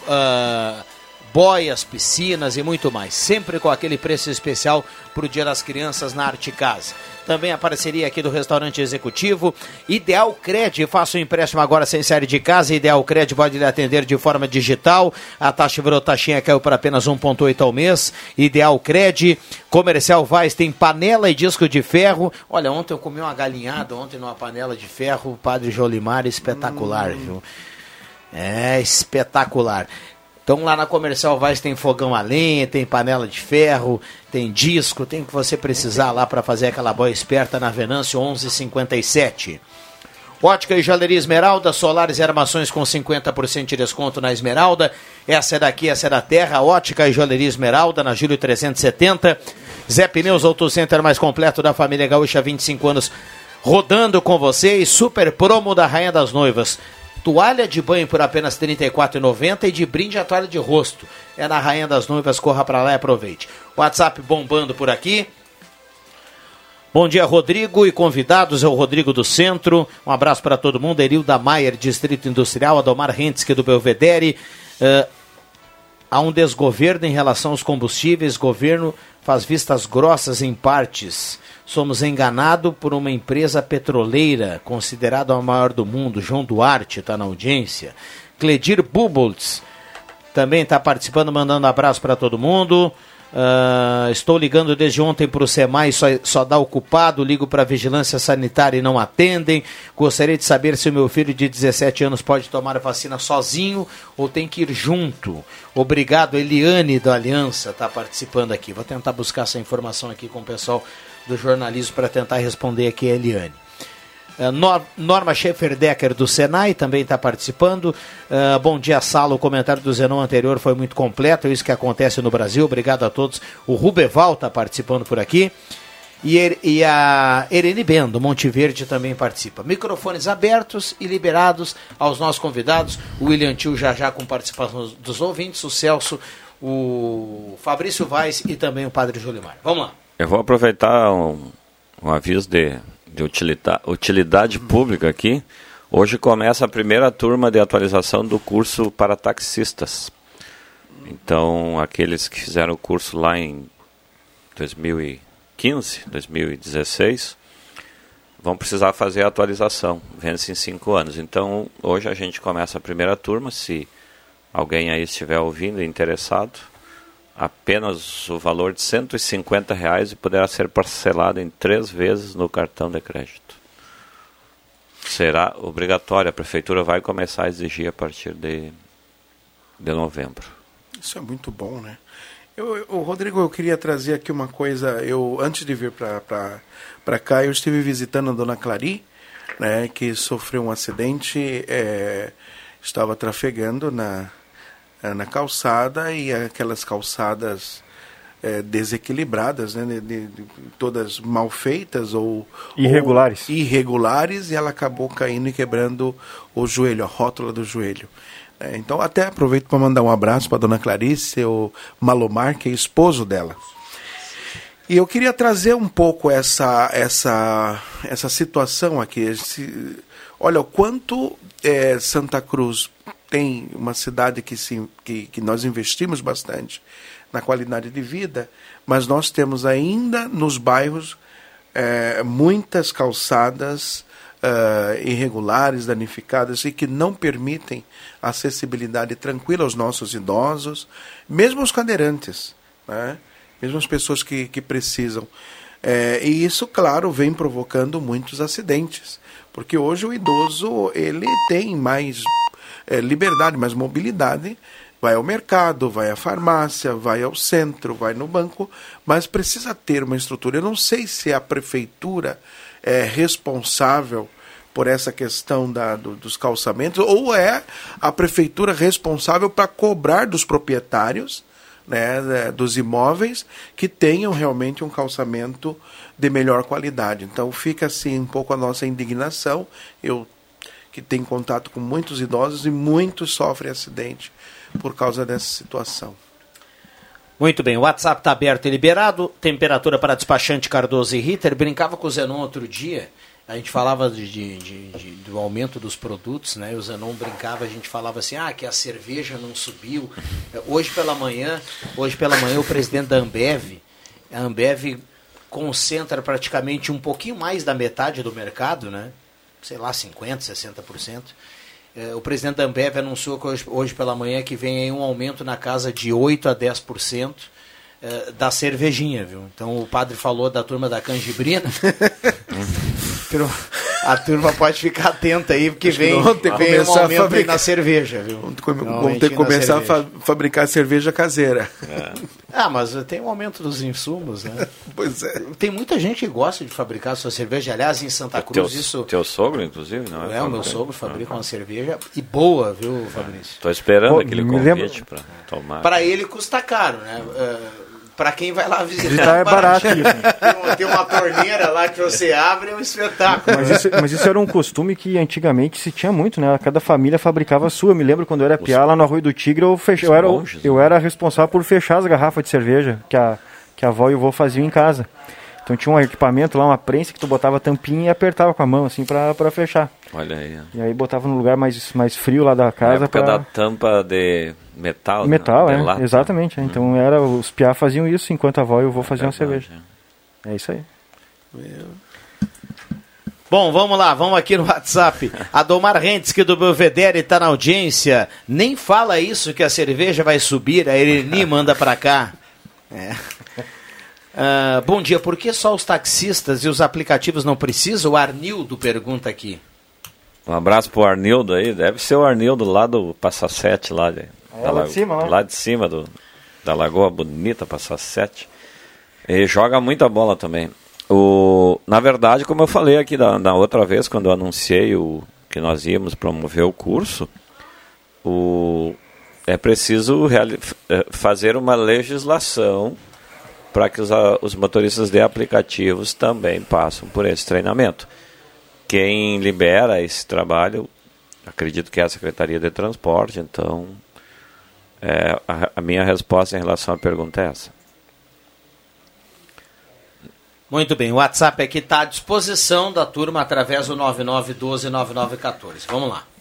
Speaker 2: uh, boias, piscinas e muito mais. Sempre com aquele preço especial para o Dia das Crianças na Arte Casa. Também a parceria aqui do Restaurante Executivo. Ideal Cred, faça um empréstimo agora sem sair de casa. Ideal Cred pode lhe atender de forma digital. A taxa virou taxinha, caiu para apenas um vírgula oito ao mês. Ideal Cred. Comercial Vaz tem panela e disco de ferro. Olha, ontem eu comi uma galinhada, ontem numa panela de ferro. Padre Jolimar, espetacular, hum. viu? É, espetacular. Então lá na Comercial Vaz tem fogão a lenha, tem panela de ferro, tem disco, tem o que você precisar lá para fazer aquela boia esperta na Venâncio onze cinquenta e sete. Ótica e Joalheria Esmeralda, solares e armações com cinquenta por cento de desconto na Esmeralda. Essa é daqui, essa é da terra. Ótica e Joalheria Esmeralda, na Júlio trezentos e setenta. Zé Pneus, Auto Center mais completo da família Gaúcha, vinte e cinco anos rodando com vocês. Super promo da Rainha das Noivas. Toalha de banho por apenas trinta e quatro reais e noventa centavos e de brinde a toalha de rosto. É na Rainha das Noivas, corra pra lá e aproveite. WhatsApp bombando por aqui. Bom dia, Rodrigo e convidados, é o Rodrigo do Centro. Um abraço para todo mundo. Erilda Maier, Distrito Industrial, Adomar Hentzke do Belvedere. Uh, há um desgoverno em relação aos combustíveis. Governo faz vistas grossas em partes. Somos enganados por uma empresa petroleira, considerada a maior do mundo. João Duarte está na audiência. Cledir Buboltz também está participando, mandando abraço para todo mundo. Uh, estou ligando desde ontem para o SEMAI, só, só dá ocupado. Ligo para a Vigilância Sanitária e não atendem. Gostaria de saber se o meu filho de dezessete anos pode tomar a vacina sozinho ou tem que ir junto. Obrigado, Eliane da Aliança está participando aqui. Vou tentar buscar essa informação aqui com o pessoal do jornalismo para tentar responder aqui a Eliane. Uh, Norma Schaeffer-Decker do Senai também está participando. Uh, bom dia, Sala. O comentário do Zenon anterior foi muito completo. É isso que acontece no Brasil. Obrigado a todos. O Rubeval está participando por aqui. E, er, e a Irene Bendo, Monte Verde, também participa. Microfones abertos e liberados aos nossos convidados. O William Tio já já com participação dos ouvintes. O Celso, o Fabrício Vaz e também o Padre Jolimar. Vamos lá.
Speaker 6: Eu vou aproveitar um, um aviso de... de utilidade, utilidade pública aqui. Hoje começa a primeira turma de atualização do curso para taxistas. Então, aqueles que fizeram o curso lá em dois mil e quinze, dois mil e dezesseis, vão precisar fazer a atualização. Vence em cinco anos. Então, hoje a gente começa a primeira turma. Se alguém aí estiver ouvindo e interessado, apenas o valor de cento e cinquenta reais e poderá ser parcelado em três vezes no cartão de crédito. Será obrigatório, a Prefeitura vai começar a exigir a partir de, de novembro.
Speaker 5: Isso é muito bom, né? Eu, eu, Rodrigo, eu queria trazer aqui uma coisa. Eu, antes de vir para cá, eu estive visitando a dona Clari, né, que sofreu um acidente, é, estava trafegando na, na calçada, e aquelas calçadas é, desequilibradas, né, de, de, de, todas mal feitas ou
Speaker 4: irregulares.
Speaker 5: ou irregulares, e ela acabou caindo e quebrando o joelho, a rótula do joelho. É, então, até aproveito para mandar um abraço para a dona Clarice, o Malomar, que é esposo dela. E eu queria trazer um pouco essa, essa, essa situação aqui. Esse, olha, o quanto é, Santa Cruz tem uma cidade que, se, que, que nós investimos bastante na qualidade de vida, mas nós temos ainda nos bairros é, muitas calçadas Uh, irregulares, danificadas, e que não permitem acessibilidade tranquila aos nossos idosos, mesmo os cadeirantes, né? Mesmo as pessoas que, que precisam. É, e isso, claro, vem provocando muitos acidentes, porque hoje o idoso ele tem mais é, liberdade, mais mobilidade, vai ao mercado, vai à farmácia, vai ao centro, vai no banco, mas precisa ter uma estrutura. Eu não sei se a prefeitura é responsável por essa questão da, do, dos calçamentos, ou é a prefeitura responsável para cobrar dos proprietários, né, dos imóveis que tenham realmente um calçamento de melhor qualidade. Então fica assim um pouco a nossa indignação. Eu que tenho contato com muitos idosos e muitos sofrem acidente por causa dessa situação.
Speaker 2: Muito bem, o WhatsApp está aberto e liberado, temperatura para despachante Cardoso e Ritter. Brincava com o Zenon outro dia, a gente falava de, de, de, de, do aumento dos produtos, né? O Zenon brincava, a gente falava assim, ah, que a cerveja não subiu. Hoje pela manhã, hoje pela manhã o presidente da Ambev, a Ambev concentra praticamente um pouquinho mais da metade do mercado, né? Sei lá, cinquenta por cento, sessenta por cento. O presidente da Ambev anunciou que hoje, hoje pela manhã que vem aí um aumento na casa de oito a dez por cento uh, da cervejinha, viu? Então o padre falou da turma da canjibrina. A turma pode ficar atenta aí, porque vem, vem um aumento fabricar... aí na cerveja, viu?
Speaker 5: Vamos ter que começar a fa fabricar cerveja caseira.
Speaker 2: É. Ah, mas tem um aumento dos insumos, né?
Speaker 5: Pois é.
Speaker 2: Tem muita gente que gosta de fabricar sua cerveja. Aliás, em Santa Cruz,
Speaker 6: teu,
Speaker 2: isso...
Speaker 6: Teu sogro, inclusive? Não é,
Speaker 2: é o meu sogro fabrica uma cerveja e boa, viu, Fabrício?
Speaker 6: Estou esperando
Speaker 4: Pô,
Speaker 6: aquele
Speaker 4: convite
Speaker 6: lembro... para tomar.
Speaker 2: Para ele custa caro, né? Uh, para quem vai lá visitar,
Speaker 4: visitar é barato. Isso.
Speaker 2: Tem, uma, tem uma torneira lá que você abre, é um espetáculo.
Speaker 4: Mas isso, mas isso era um costume que antigamente se tinha muito, né? Cada família fabricava a sua. Eu me lembro quando eu era piá lá no Arroio do Tigre, eu, fech... eu, era, eu era responsável por fechar as garrafas de cerveja que a, que a avó e o avô faziam em casa. Então tinha um equipamento lá, uma prensa que tu botava a tampinha e apertava com a mão assim pra, pra fechar.
Speaker 6: Olha aí.
Speaker 4: E aí botava no lugar mais, mais frio lá da casa.
Speaker 6: Na época
Speaker 4: pra...
Speaker 6: da tampa de metal.
Speaker 4: Metal,
Speaker 6: né?
Speaker 4: é,
Speaker 6: De lata.
Speaker 4: exatamente. Hum. Então era, os piá faziam isso enquanto a avó e o avô faziam é verdade, a cerveja. É. é isso aí.
Speaker 2: Meu... Bom, vamos lá, vamos aqui no WhatsApp. A Domar Rentzke do Belvedere está na audiência. Nem fala isso que a cerveja vai subir, a Ereni manda para cá. É. Uh, bom dia, por que só os taxistas e os aplicativos não precisam? O Arnildo pergunta aqui.
Speaker 6: Um abraço pro Arnildo aí, deve ser o Arnildo lá do Passa Sete, lá de,
Speaker 4: é,
Speaker 6: lá,
Speaker 4: lá de cima, lá.
Speaker 6: lá de cima do, da Lagoa Bonita, Passa Sete. E joga muita bola também. O, na verdade, como eu falei aqui da, da outra vez, quando eu anunciei o, que nós íamos promover o curso, o, é preciso reali- fazer uma legislação para que os, os motoristas de aplicativos também passem por esse treinamento. Quem libera esse trabalho, acredito que é a Secretaria de Transporte, então é, a, a minha resposta em relação à pergunta é essa.
Speaker 2: Muito bem, o WhatsApp aqui está à disposição da turma através do nove nove um dois nove nove um quatro. Vamos lá.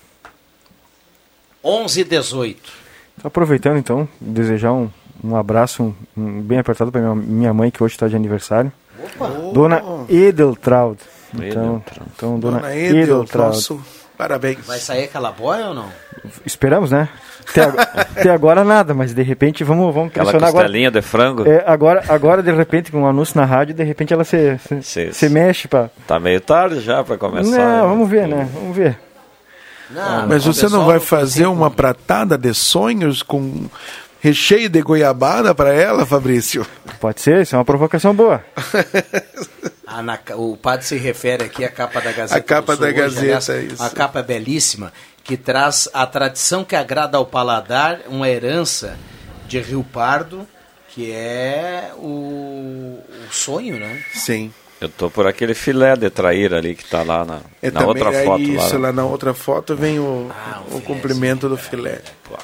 Speaker 2: onze e dezoito.
Speaker 4: Aproveitando então, desejar um Um abraço um, um bem apertado para minha, minha mãe, que hoje está de aniversário. Opa. Dona Edeltraud. Então, então, Dona, Dona Edeltraud.
Speaker 5: Nosso Parabéns.
Speaker 2: Vai sair aquela boia ou não?
Speaker 4: Esperamos, né? Até agora, até agora nada, mas de repente vamos, vamos
Speaker 6: Aquela
Speaker 4: pressionar
Speaker 6: costelinha
Speaker 4: agora.
Speaker 6: de frango.
Speaker 4: É, agora, agora, de repente, com um anúncio na rádio, de repente ela se, se,
Speaker 6: Se-
Speaker 4: se mexe para...
Speaker 6: Tá meio tarde já para começar.
Speaker 4: Não,
Speaker 6: né?
Speaker 4: vamos ver, né? Vamos ver.
Speaker 2: Não,
Speaker 5: Mas
Speaker 2: o
Speaker 5: você não
Speaker 2: pessoal
Speaker 5: vai
Speaker 2: tem
Speaker 5: fazer
Speaker 2: como.
Speaker 5: uma pratada de sonhos com recheio de goiabada para ela, Fabrício?
Speaker 4: Pode ser, isso é uma provocação boa.
Speaker 2: Ah, na ca- o padre se refere aqui à capa da Gazeta
Speaker 5: A capa
Speaker 2: do Sul
Speaker 5: da
Speaker 2: hoje,
Speaker 5: Gazeta,
Speaker 2: aliás,
Speaker 5: isso.
Speaker 2: A capa é belíssima, que traz a tradição que agrada ao paladar, uma herança de Rio Pardo, que é o, o sonho, né?
Speaker 5: Sim.
Speaker 6: Eu tô por aquele filé de traíra ali que tá lá na,
Speaker 5: É
Speaker 6: na
Speaker 5: também,
Speaker 6: outra
Speaker 5: é
Speaker 6: foto.
Speaker 5: isso,
Speaker 6: lá,
Speaker 5: lá na outra foto vem o,
Speaker 2: Ah, o
Speaker 5: o
Speaker 2: filé,
Speaker 5: comprimento
Speaker 2: sim.
Speaker 5: do filé.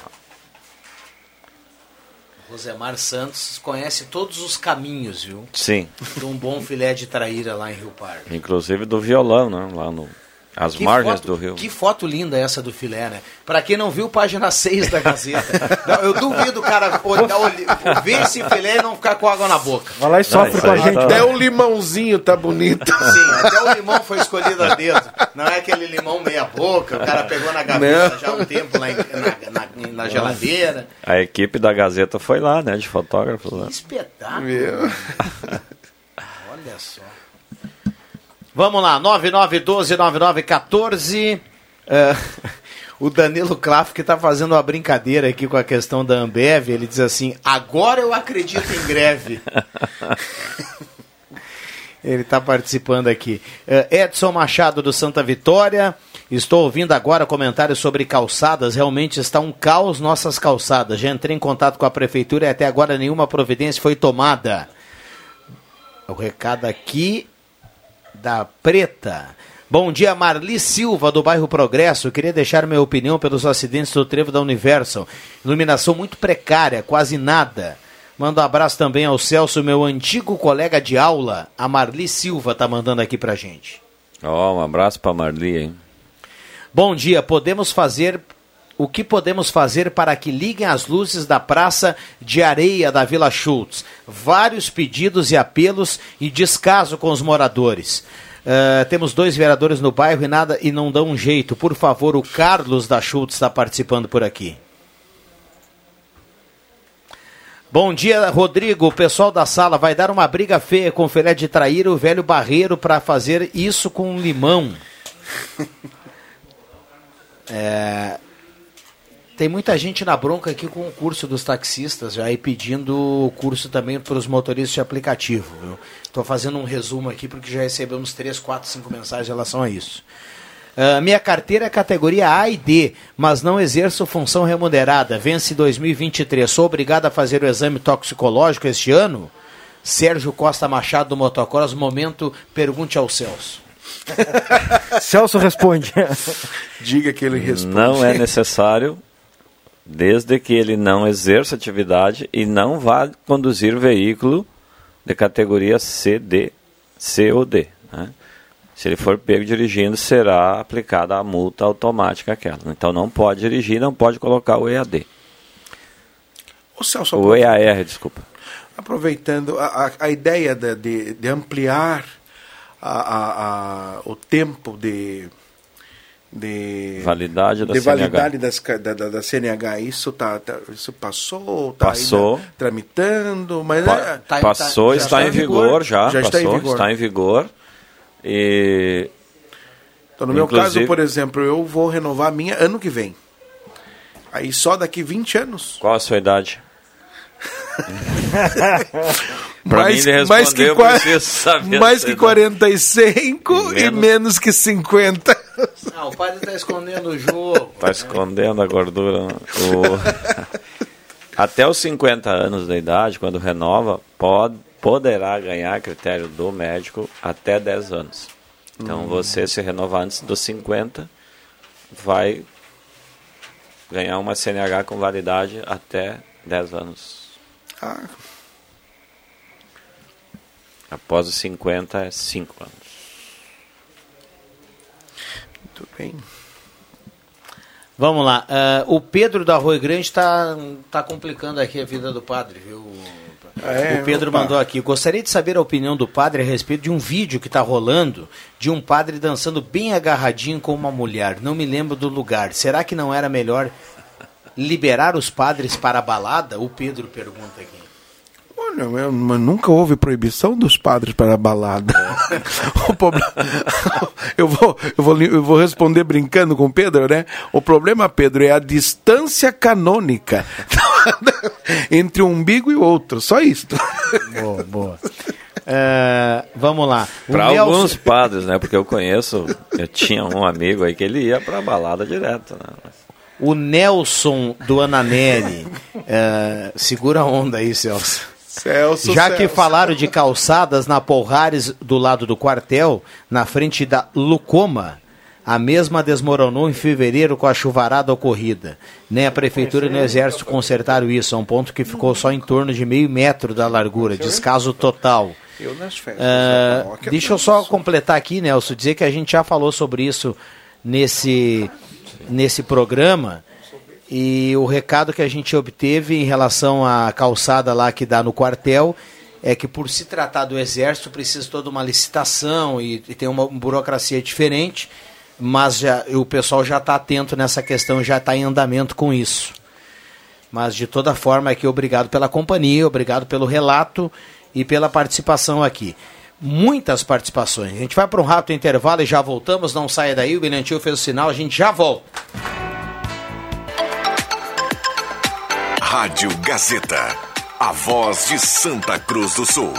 Speaker 2: Rosemar Santos conhece todos os caminhos, viu?
Speaker 6: Sim,
Speaker 2: De um bom filé de traíra lá em Rio Pardo.
Speaker 6: inclusive do violão, né? Lá no as
Speaker 2: Que
Speaker 6: margens
Speaker 2: foto,
Speaker 6: do rio.
Speaker 2: Que foto linda essa do filé, né? Pra quem não viu, página seis da Gazeta. Não, eu duvido o cara olhar, olhar, ver esse filé e não ficar com água na boca.
Speaker 4: Vai lá e sofre
Speaker 6: isso
Speaker 4: com a
Speaker 6: aí
Speaker 4: gente.
Speaker 6: tá-
Speaker 5: Até o limãozinho tá bonito.
Speaker 2: Sim, até o limão foi escolhido a dedo. Não é aquele limão meia boca, o cara pegou na gaveta
Speaker 5: Não.
Speaker 2: já há um tempo lá em- na, na- na geladeira.
Speaker 6: A equipe da Gazeta foi lá, né? De fotógrafos lá.
Speaker 2: Que espetáculo.
Speaker 5: Meu.
Speaker 2: Olha só. Vamos lá, nove nove um dois nove nove um quatro. É, o Danilo Klaff, que está fazendo uma brincadeira aqui com a questão da Ambev, ele diz assim: agora eu acredito em greve. Ele está participando aqui. É, Edson Machado do Santa Vitória. Estou ouvindo agora comentários sobre calçadas. Realmente está um caos nossas calçadas. Já entrei em contato com a prefeitura e até agora nenhuma providência foi tomada. O recado aqui da Preta. Bom dia, Marli Silva, do bairro Progresso. Queria deixar minha opinião pelos acidentes do trevo da Universal. Iluminação muito precária, quase nada. Mando um abraço também ao Celso, meu antigo colega de aula. A Marli Silva tá mandando aqui pra gente.
Speaker 6: Ó, um abraço pra Marli, hein?
Speaker 2: Bom dia, podemos fazer... O que podemos fazer para que liguem as luzes da Praça de Areia da Vila Schultz? Vários pedidos e apelos e descaso com os moradores. Uh, temos dois vereadores no bairro e nada e não dão um jeito. Por favor, o Carlos da Schultz está participando por aqui. Bom dia, Rodrigo. O pessoal da sala vai dar uma briga feia com o filé de traíra e o velho barreiro para fazer isso com limão. É... Tem muita gente na bronca aqui com o curso dos taxistas, já aí pedindo o curso também para os motoristas de aplicativo. Estou fazendo um resumo aqui porque já recebemos três, quatro, cinco mensagens em relação a isso. Uh, minha carteira é categoria A e D, mas não exerço função remunerada. Vence dois mil e vinte e três. Sou obrigado a fazer o exame toxicológico este ano? Sérgio Costa Machado do Motocross. Momento, pergunte ao Celso.
Speaker 4: Celso responde.
Speaker 5: Diga que ele responde.
Speaker 6: Não é necessário, desde que ele não exerça atividade e não vá conduzir veículo de categoria C, D, C ou D. Né? Se ele for pego dirigindo, será aplicada a multa automática aquela. Então não pode dirigir, não pode colocar o E A D.
Speaker 5: O Celso,
Speaker 6: O E A R, desculpa.
Speaker 5: aproveitando a, a, a ideia de, de, de ampliar a, a, a, o tempo de, de
Speaker 6: validade da
Speaker 5: de
Speaker 6: C N H.
Speaker 5: validade das, da, da, da C N H, isso, tá, tá, isso passou? Tá
Speaker 6: Passou.
Speaker 5: ainda tramitando? Mas
Speaker 6: Pa
Speaker 5: é,
Speaker 2: Tá-
Speaker 6: passou,
Speaker 2: tá- já
Speaker 6: está,
Speaker 2: está
Speaker 6: em
Speaker 2: em
Speaker 6: vigor,
Speaker 2: vigor.
Speaker 6: já,
Speaker 5: Já está
Speaker 6: passou,
Speaker 5: em vigor.
Speaker 6: está em vigor. E
Speaker 5: então, no meu
Speaker 6: Inclusive-
Speaker 5: caso, por exemplo, eu vou renovar a minha ano que vem. Aí só daqui vinte anos.
Speaker 6: qual a sua idade? Pra
Speaker 5: mais,
Speaker 6: mim, ele
Speaker 5: mais que,
Speaker 6: respondeu,
Speaker 5: qua-
Speaker 6: eu preciso saber
Speaker 5: mais
Speaker 6: essa
Speaker 5: que
Speaker 6: idade.
Speaker 5: quarenta e cinco e
Speaker 6: Menos.
Speaker 5: menos que cinquenta.
Speaker 2: Ah, o padre está escondendo o jogo.
Speaker 6: Está escondendo a gordura. Né? O... Até os cinquenta anos da idade, quando renova, pode, poderá ganhar, a critério do médico, até dez anos. Então,
Speaker 5: Hum.
Speaker 6: você se renovar antes dos cinquenta, vai ganhar uma C N H com validade até dez anos.
Speaker 5: Ah,
Speaker 6: Após os cinquenta, é cinco anos.
Speaker 5: muito bem.
Speaker 2: Vamos lá. Uh, o Pedro da Rui Grande está tá complicando aqui a vida do padre, viu? É, o Pedro opa. mandou aqui. Gostaria de saber a opinião do padre a respeito de um vídeo que está rolando de um padre dançando bem agarradinho com uma mulher. Não me lembro do lugar. Será que não era melhor liberar os padres para a balada? O Pedro pergunta aqui.
Speaker 5: Olha, eu, nunca houve proibição dos padres para a balada. O problema, eu, vou, eu, vou, eu vou responder brincando com o Pedro, né? O problema, Pedro, é a distância canônica entre um umbigo e outro. Só isso.
Speaker 2: Boa, boa. Uh, vamos lá.
Speaker 6: Para Nelson... alguns padres, né? Porque eu conheço, eu tinha um amigo aí que ele ia para a balada direto, né?
Speaker 2: O Nelson do Ananeri, uh, segura a onda aí, Celso.
Speaker 5: Celso,
Speaker 2: Já
Speaker 5: Celso.
Speaker 2: que falaram de calçadas na Polhares do lado do quartel, na frente da Lucoma, a mesma desmoronou em fevereiro com a chuvarada ocorrida. Nem a prefeitura nem o exército consertaram isso, a um ponto que ficou só em torno de meio metro da largura, descaso total.
Speaker 5: Eu nas festas,
Speaker 2: uh, deixa eu só completar aqui, Nelson, dizer que a gente já falou sobre isso nesse, nesse programa. E o recado que a gente obteve em relação à calçada lá que dá no quartel é que, por se tratar do exército, precisa toda uma licitação e, e tem uma burocracia diferente, mas já, o pessoal já está atento nessa questão, já está em andamento com isso. Mas, de toda forma, aqui, obrigado pela companhia, obrigado pelo relato e pela participação aqui. Muitas participações. A gente vai para um rápido intervalo e já voltamos, não saia daí, o William Tio fez o sinal, a gente já volta.
Speaker 1: Rádio Gazeta, a voz de Santa Cruz do Sul.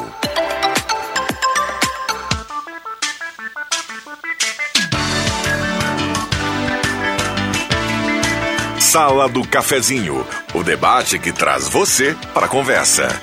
Speaker 1: Sala do Cafezinho, o debate que traz você para a conversa.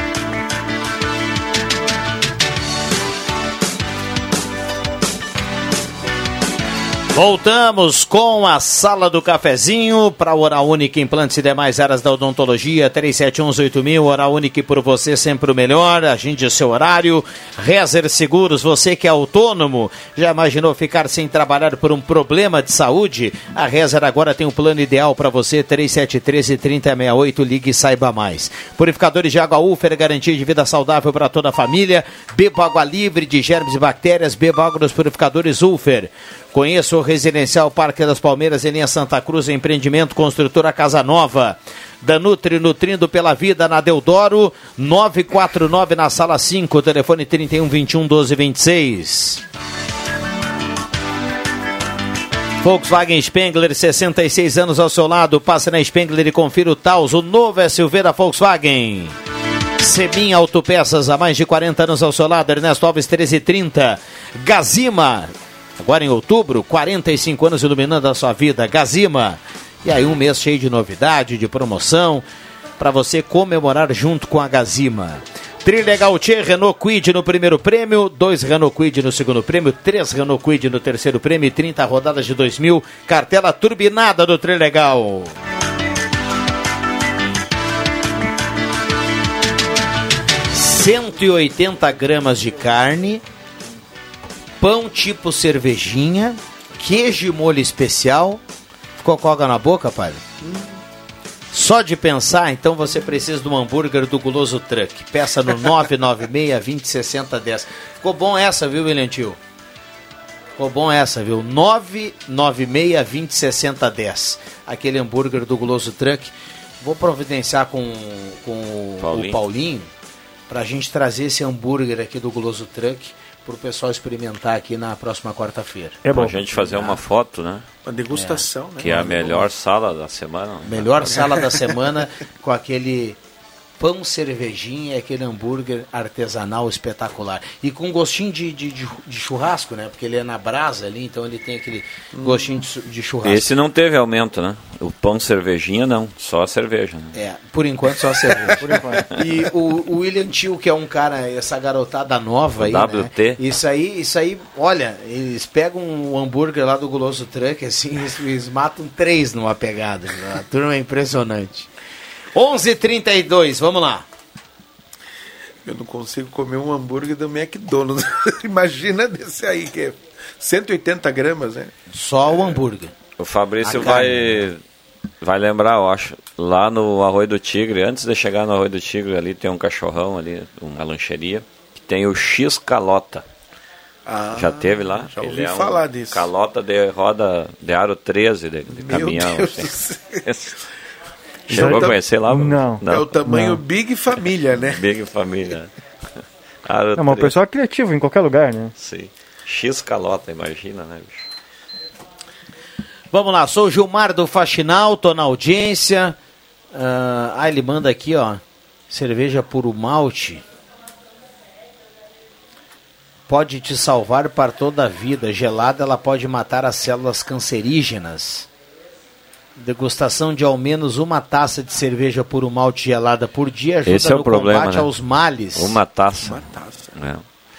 Speaker 2: Voltamos com a Sala do Cafezinho para a Oral Unique Implantes e demais áreas da odontologia. três sete um oito mil, Oral Unique, por você sempre o melhor. Agende seu horário. Rezer Seguros, você que é autônomo, já imaginou ficar sem trabalhar por um problema de saúde? A Rezer agora tem um plano ideal para você. Três sete um três, três zero seis oito, ligue e saiba mais. Purificadores de água Ufer, garantia de vida saudável para toda a família. Beba água livre de germes e bactérias. Beba água dos purificadores Ufer. Conheça o Residencial Parque das Palmeiras em linha Santa Cruz, empreendimento construtora Casa Nova. Da Nutri, nutrindo pela vida na Deodoro, nove quatro nove na sala cinco, telefone trinta e um, vinte e um, doze, vinte e seis. Volkswagen Spengler, sessenta e seis anos ao seu lado. Passe na Spengler e confira o Taos, o novo S U V da Volkswagen. Semin Autopeças, há mais de quarenta anos ao seu lado. Ernesto Alves, treze trinta. Gazima, agora em outubro, quarenta e cinco anos iluminando a sua vida. Gazima. E aí um mês cheio de novidade, de promoção, para você comemorar junto com a Gazima. Trilegal Tchê, Renault Kwid no primeiro prêmio, dois Renault Kwid no segundo prêmio, três Renault Kwid no terceiro prêmio e trinta rodadas de dois mil. Cartela turbinada do Trilegal. cento e oitenta gramas de carne, pão tipo cervejinha, queijo e molho especial. Ficou com água na boca, padre? Hum. Só de pensar, então você precisa de um hambúrguer do Guloso Truck. Peça no nove nove seis, vinte, sessenta, dez. Ficou bom essa, viu, William Tio? Ficou bom essa, viu? nove nove seis, vinte, sessenta, dez. Aquele hambúrguer do Guloso Truck. Vou providenciar com, com Paulinho. o Paulinho pra gente trazer esse hambúrguer aqui do Guloso Truck pro pessoal experimentar aqui na próxima quarta-feira.
Speaker 6: É bom a gente fazer uma foto, né?
Speaker 5: Uma degustação, é. né?
Speaker 6: Que é a melhor sala da semana.
Speaker 2: Melhor sala da semana com aquele pão, cervejinha e aquele hambúrguer artesanal espetacular. E com gostinho de, de, de churrasco, né? Porque ele é na brasa ali, então ele tem aquele hum. gostinho de, de churrasco.
Speaker 6: Esse não teve aumento, né? O pão, cervejinha, não. Só a cerveja. Né?
Speaker 2: É, por enquanto só a cerveja. Por enquanto. E o, o William Tio, que é um cara, essa garotada nova aí,
Speaker 6: W T.
Speaker 2: Né? Isso aí, isso aí, olha, eles pegam um hambúrguer lá do Guloso Truck, assim, eles, eles matam três numa pegada. A turma é impressionante. onze e trinta e dois, vamos lá.
Speaker 5: Eu não consigo comer um hambúrguer do McDonald's. Imagina desse aí, que é cento e oitenta gramas, né?
Speaker 2: Só o hambúrguer.
Speaker 6: O Fabrício vai, vai lembrar, eu acho, lá no Arroio do Tigre, antes de chegar no Arroio do Tigre, ali tem um cachorrão, ali, uma lancheria, que tem o X Calota.
Speaker 5: Ah,
Speaker 6: já teve lá?
Speaker 5: Já ouvi
Speaker 6: Ele é
Speaker 5: falar
Speaker 6: um
Speaker 5: disso.
Speaker 6: Calota de roda de aro treze, de, de caminhão.
Speaker 5: Deus
Speaker 6: Assim. Chegou a conhecer lá?
Speaker 4: Não.
Speaker 5: É o tamanho
Speaker 4: Não.
Speaker 5: Big Família, né?
Speaker 6: Big Família.
Speaker 4: Não, mas o pessoal é criativo em qualquer lugar, né?
Speaker 6: Sim. X Calota, imagina, né, bicho?
Speaker 2: Vamos lá, sou o Gilmar do Faxinal, tô na audiência. Uh, ah, ele manda aqui, ó, cerveja puro malte. Pode te salvar para toda a vida. Gelada, ela pode matar as células cancerígenas. Degustação de ao menos uma taça de cerveja puro malte gelada por dia ajuda
Speaker 6: Esse é o
Speaker 2: no
Speaker 6: problema,
Speaker 2: combate
Speaker 6: né?
Speaker 2: aos males.
Speaker 6: Uma taça.
Speaker 5: Uma taça.
Speaker 6: É.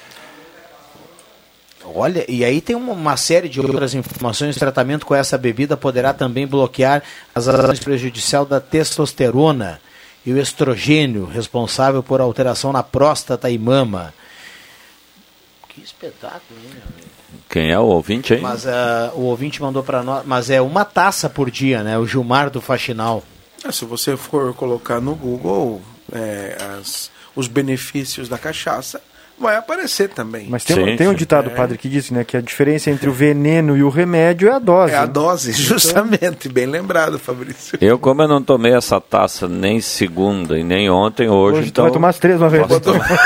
Speaker 2: Olha, e aí tem uma, uma série de outras informações. O tratamento com essa bebida poderá também bloquear as ações prejudiciais da testosterona e o estrogênio, responsável por alteração na próstata e mama. Que espetáculo, hein, meu amigo?
Speaker 6: Quem é o ouvinte aí?
Speaker 2: Mas uh, o ouvinte mandou para nós, mas é uma taça por dia, né? O Gilmar do Faxinal.
Speaker 5: Ah, se você for colocar no Google é, as, os benefícios da cachaça, vai aparecer também.
Speaker 4: Mas tem,
Speaker 6: Sim,
Speaker 4: tem um
Speaker 6: sim.
Speaker 4: ditado,
Speaker 5: É.
Speaker 4: padre, que diz, né, que a diferença entre o veneno e o remédio é a dose.
Speaker 5: É a
Speaker 4: né?
Speaker 5: dose, justamente. Bem lembrado, Fabrício.
Speaker 6: Eu, como eu não tomei essa taça nem segunda e nem ontem, hoje,
Speaker 4: Hoje tu
Speaker 6: então...
Speaker 4: vai tomar as três uma vez.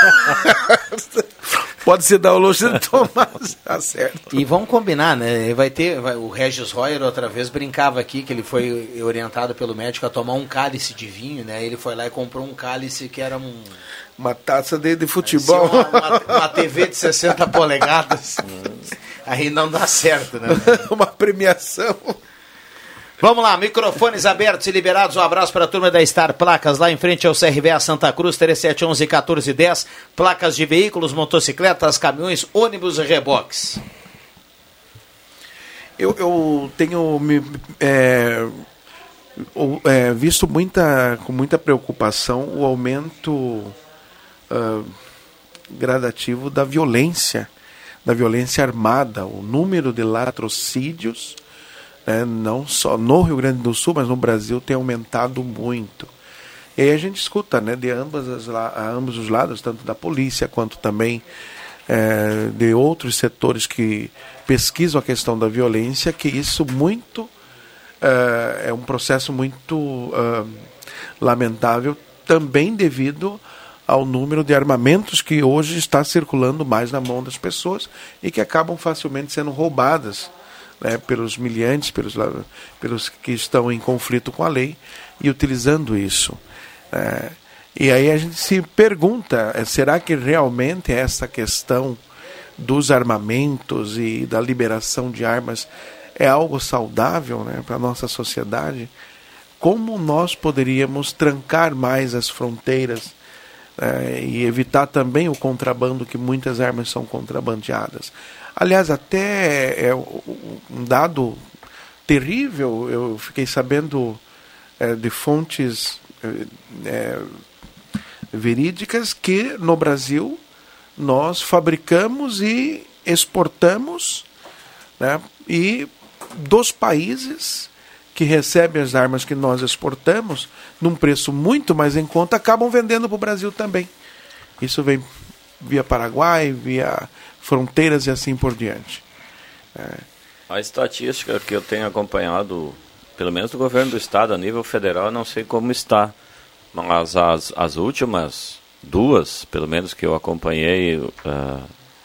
Speaker 5: Pode se dar o luxo de tomar, tá certo.
Speaker 2: E vamos combinar, né? Vai ter, vai, o Regis Royer outra vez brincava aqui que ele foi orientado pelo médico a tomar um cálice de vinho, né? Ele foi lá e comprou um cálice que era um
Speaker 5: Uma taça de, de futebol.
Speaker 2: Uma, uma, uma T V de sessenta polegadas. Aí não dá certo, né?
Speaker 5: Uma premiação.
Speaker 2: Vamos lá, microfones abertos e liberados. Um abraço para a turma da Star Placas, lá em frente ao C R V A Santa Cruz, três sete um um, um quatro um zero. Placas de veículos, motocicletas, caminhões, ônibus e reboques.
Speaker 5: Eu, eu tenho me, é, o- é, visto muita, com muita preocupação o aumento ah, gradativo da violência, da violência armada, o número de latrocídios, né, não só no Rio Grande do Sul, mas no Brasil tem aumentado muito. E aí a gente escuta, né, de ambas as, la- a ambos os lados, tanto da polícia quanto também eh, de outros setores que pesquisam a questão da violência, que isso muito eh, é um processo muito ah, lamentável, também devido ao número de armamentos que hoje está circulando mais na mão das pessoas e que acabam facilmente sendo roubadas, né, pelos miliantes, pelos, la- pelos que estão em conflito com a lei e utilizando isso. É, e aí a gente se pergunta, é, será que realmente essa questão dos armamentos e da liberação de armas é algo saudável, né, para a nossa sociedade? Como nós poderíamos trancar mais as fronteiras é, e evitar também o contrabando, que muitas armas são contrabandeadas? Aliás, até é um dado terrível, eu fiquei sabendo é, de fontes é, é, verídicas que no Brasil nós fabricamos e exportamos, né, e dos países que recebem as armas que nós exportamos, num preço muito mais em conta, acabam vendendo para o Brasil também. Isso vem via Paraguai, via fronteiras e assim por diante. É.
Speaker 6: A estatística que eu tenho acompanhado, pelo menos do governo do estado, a nível federal, eu não sei como está, mas as, as últimas duas, pelo menos que eu acompanhei, uh,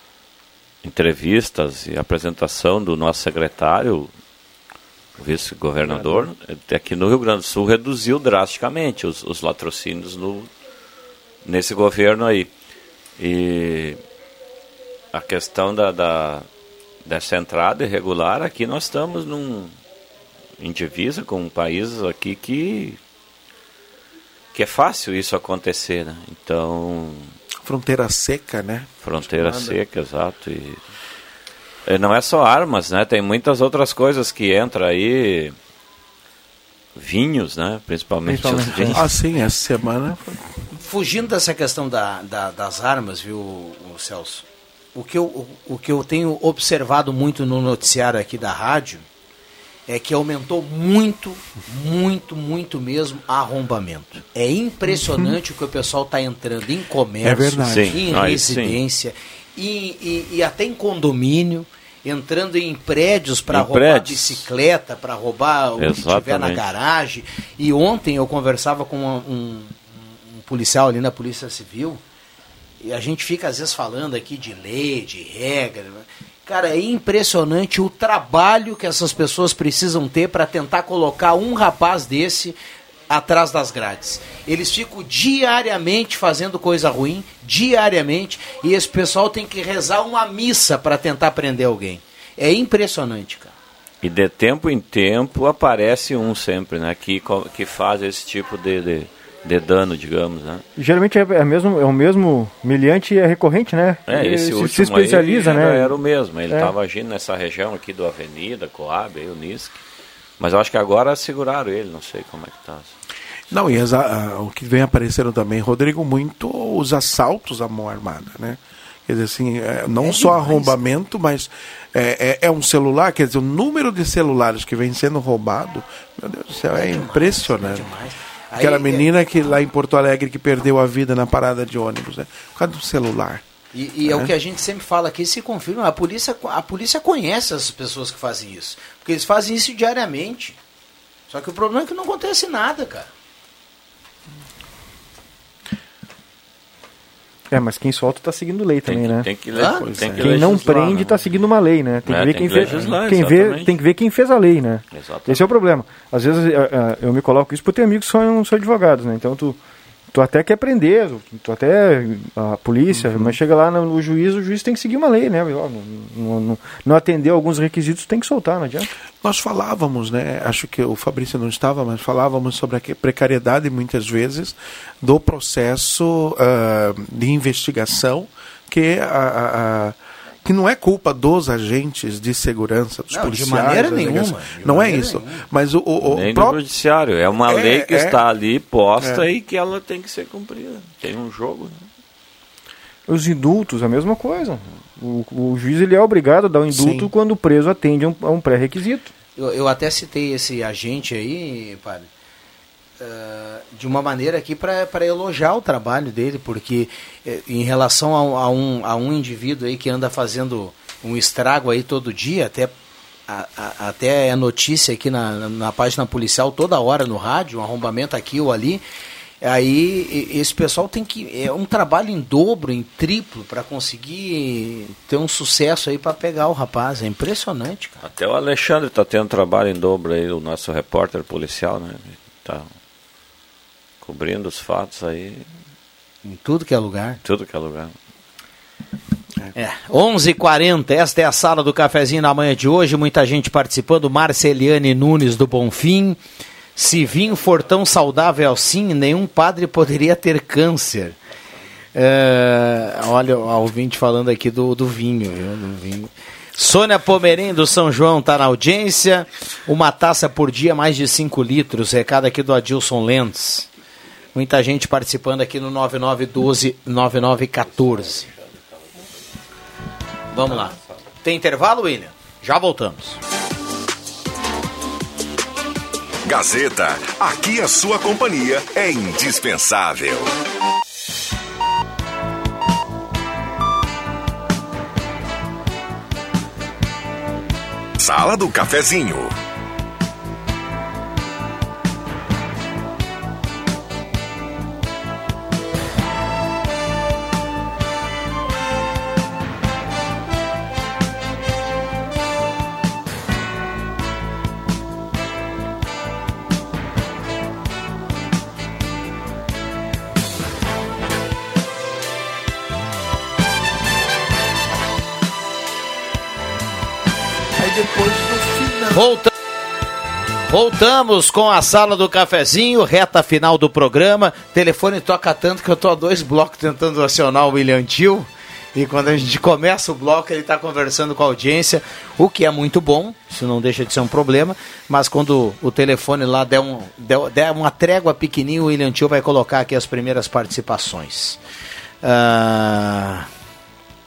Speaker 6: entrevistas e apresentação do nosso secretário, o vice-governador, aqui no Rio Grande do Sul reduziu drasticamente os, os latrocínios no, nesse governo aí. E a questão da, da, dessa entrada irregular, aqui nós estamos num, em divisa com países aqui que, que é fácil isso acontecer, né? Então...
Speaker 5: Fronteira seca, né?
Speaker 6: Fronteira seca, exato. E, e não é só armas, né? Tem muitas outras coisas que entram aí, vinhos, né? Principalmente,
Speaker 4: Principalmente.
Speaker 6: os vinhos.
Speaker 5: Ah, sim, essa semana...
Speaker 2: Fugindo dessa questão da, da, das armas, viu, o Celso? O que, eu, o, o que eu tenho observado muito no noticiário aqui da rádio é que aumentou muito, muito, muito mesmo arrombamento. É impressionante uhum. o que o pessoal está entrando em comércio,
Speaker 5: é verdade.
Speaker 2: em
Speaker 6: Sim.
Speaker 2: residência, e, e, e até em condomínio, entrando em prédios para roubar prédios. bicicleta, para roubar o Exatamente. que tiver na garagem. E ontem eu conversava com um, um, um policial ali na Polícia Civil, e a gente fica às vezes falando aqui de lei, de regra, né? Cara, é impressionante o trabalho que essas pessoas precisam ter para tentar colocar um rapaz desse atrás das grades. Eles ficam diariamente fazendo coisa ruim, diariamente, e esse pessoal tem que rezar uma missa para tentar prender alguém. É impressionante, cara.
Speaker 6: E de tempo em tempo aparece um sempre, né, que, que faz esse tipo de... de... de dano, digamos, né?
Speaker 4: Geralmente é, é, mesmo, é o mesmo meliante e é recorrente, né?
Speaker 6: É, esse
Speaker 4: se,
Speaker 6: último
Speaker 4: se especializa,
Speaker 6: aí
Speaker 4: né?
Speaker 6: Era, era o mesmo, ele estava
Speaker 4: é.
Speaker 6: agindo nessa região aqui do Avenida, Coab, aí, o Nisc. Mas eu acho que agora seguraram ele, não sei como é que tá.
Speaker 5: Não, e as, a, o que vem aparecendo também, Rodrigo, muito os assaltos à mão armada, né? Quer dizer, assim, é, não é só demais. Arrombamento, mas é, é, é um celular, quer dizer, o número de celulares que vem sendo roubado, meu Deus do céu, é, é demais, impressionante. É demais. Aquela Aí, menina que lá em Porto Alegre que perdeu a vida na parada de ônibus, né? Por causa do celular.
Speaker 2: E, e é. é o que a gente sempre fala aqui, se confirma, a polícia, a polícia conhece as pessoas que fazem isso. Porque eles fazem isso diariamente. Só que o problema é que não acontece nada, cara.
Speaker 4: É, mas quem solta está seguindo lei também,
Speaker 6: tem que,
Speaker 4: né?
Speaker 6: Tem que ler, ah, tem que
Speaker 4: quem não prende está seguindo uma lei, né? Tem que
Speaker 6: é,
Speaker 4: ver
Speaker 6: tem
Speaker 4: quem
Speaker 6: que
Speaker 4: fez,
Speaker 6: legislar,
Speaker 4: quem vê, tem que ver quem fez a lei, né?
Speaker 6: Exatamente.
Speaker 4: Esse é o problema. Às vezes eu me coloco isso porque tenho amigos que são, são advogados, né? Então tu Tu até quer prender, tu até a polícia, uhum. mas chega lá no, no juiz, o juiz tem que seguir uma lei, né? Não, não, não, não atender alguns requisitos, tem que soltar, não adianta.
Speaker 5: Nós falávamos, né? Acho que o Fabrício não estava, mas falávamos sobre a precariedade muitas vezes do processo uh, de investigação que a, a que não é culpa dos agentes de segurança, dos
Speaker 2: não,
Speaker 5: policiais.
Speaker 2: De maneira nenhuma. De
Speaker 5: não
Speaker 2: maneira
Speaker 5: é isso.
Speaker 2: Nenhuma.
Speaker 5: Mas o, o,
Speaker 6: Nem
Speaker 5: o próprio...
Speaker 6: do judiciário. É uma é, lei que é, está ali posta
Speaker 5: é.
Speaker 6: e que ela tem que ser cumprida. Tem um jogo. Né?
Speaker 4: Os indultos, a mesma coisa. O, o juiz ele é obrigado a dar um indulto Sim. quando o preso atende a um, a um pré-requisito.
Speaker 2: Eu, eu até citei esse agente aí, padre, Uh, de uma maneira aqui para elogiar o trabalho dele, porque eh, em relação a, a, um, a um indivíduo aí que anda fazendo um estrago aí todo dia, até, a, a, até é notícia aqui na, na página policial toda hora no rádio, um arrombamento aqui ou ali, aí esse pessoal tem que, é um trabalho em dobro, em triplo, para conseguir ter um sucesso aí para pegar o rapaz, é impressionante, cara.
Speaker 6: Até o Alexandre está tendo trabalho em dobro aí, o nosso repórter policial, né, tá cobrindo os fatos aí.
Speaker 2: Em tudo que é lugar.
Speaker 6: Tudo que é lugar.
Speaker 2: É, onze e quarenta, esta é a sala do cafezinho na manhã de hoje, muita gente participando, Marceliane Nunes do Bonfim, se vinho for tão saudável assim, nenhum padre poderia ter câncer. É, olha, o ouvinte falando aqui do, do vinho, viu, do vinho. Sônia Pomerém do São João está na audiência, uma taça por dia, mais de cinco litros, recado aqui do Adilson Lentz. Muita gente participando aqui no nove nove um dois, nove nove um quatro. Vamos lá. Tem intervalo, William? Já voltamos.
Speaker 1: Gazeta, aqui a sua companhia é indispensável. Sala do Cafezinho.
Speaker 2: Volta... Voltamos com a sala do cafezinho, reta final do programa. O telefone toca tanto que eu tô a dois blocos tentando acionar o William Tio. E quando a gente começa o bloco, ele está conversando com a audiência, o que é muito bom, isso não deixa de ser um problema. Mas quando o telefone lá der, um, der, der uma trégua pequenininha, o William Tio vai colocar aqui as primeiras participações. Ah...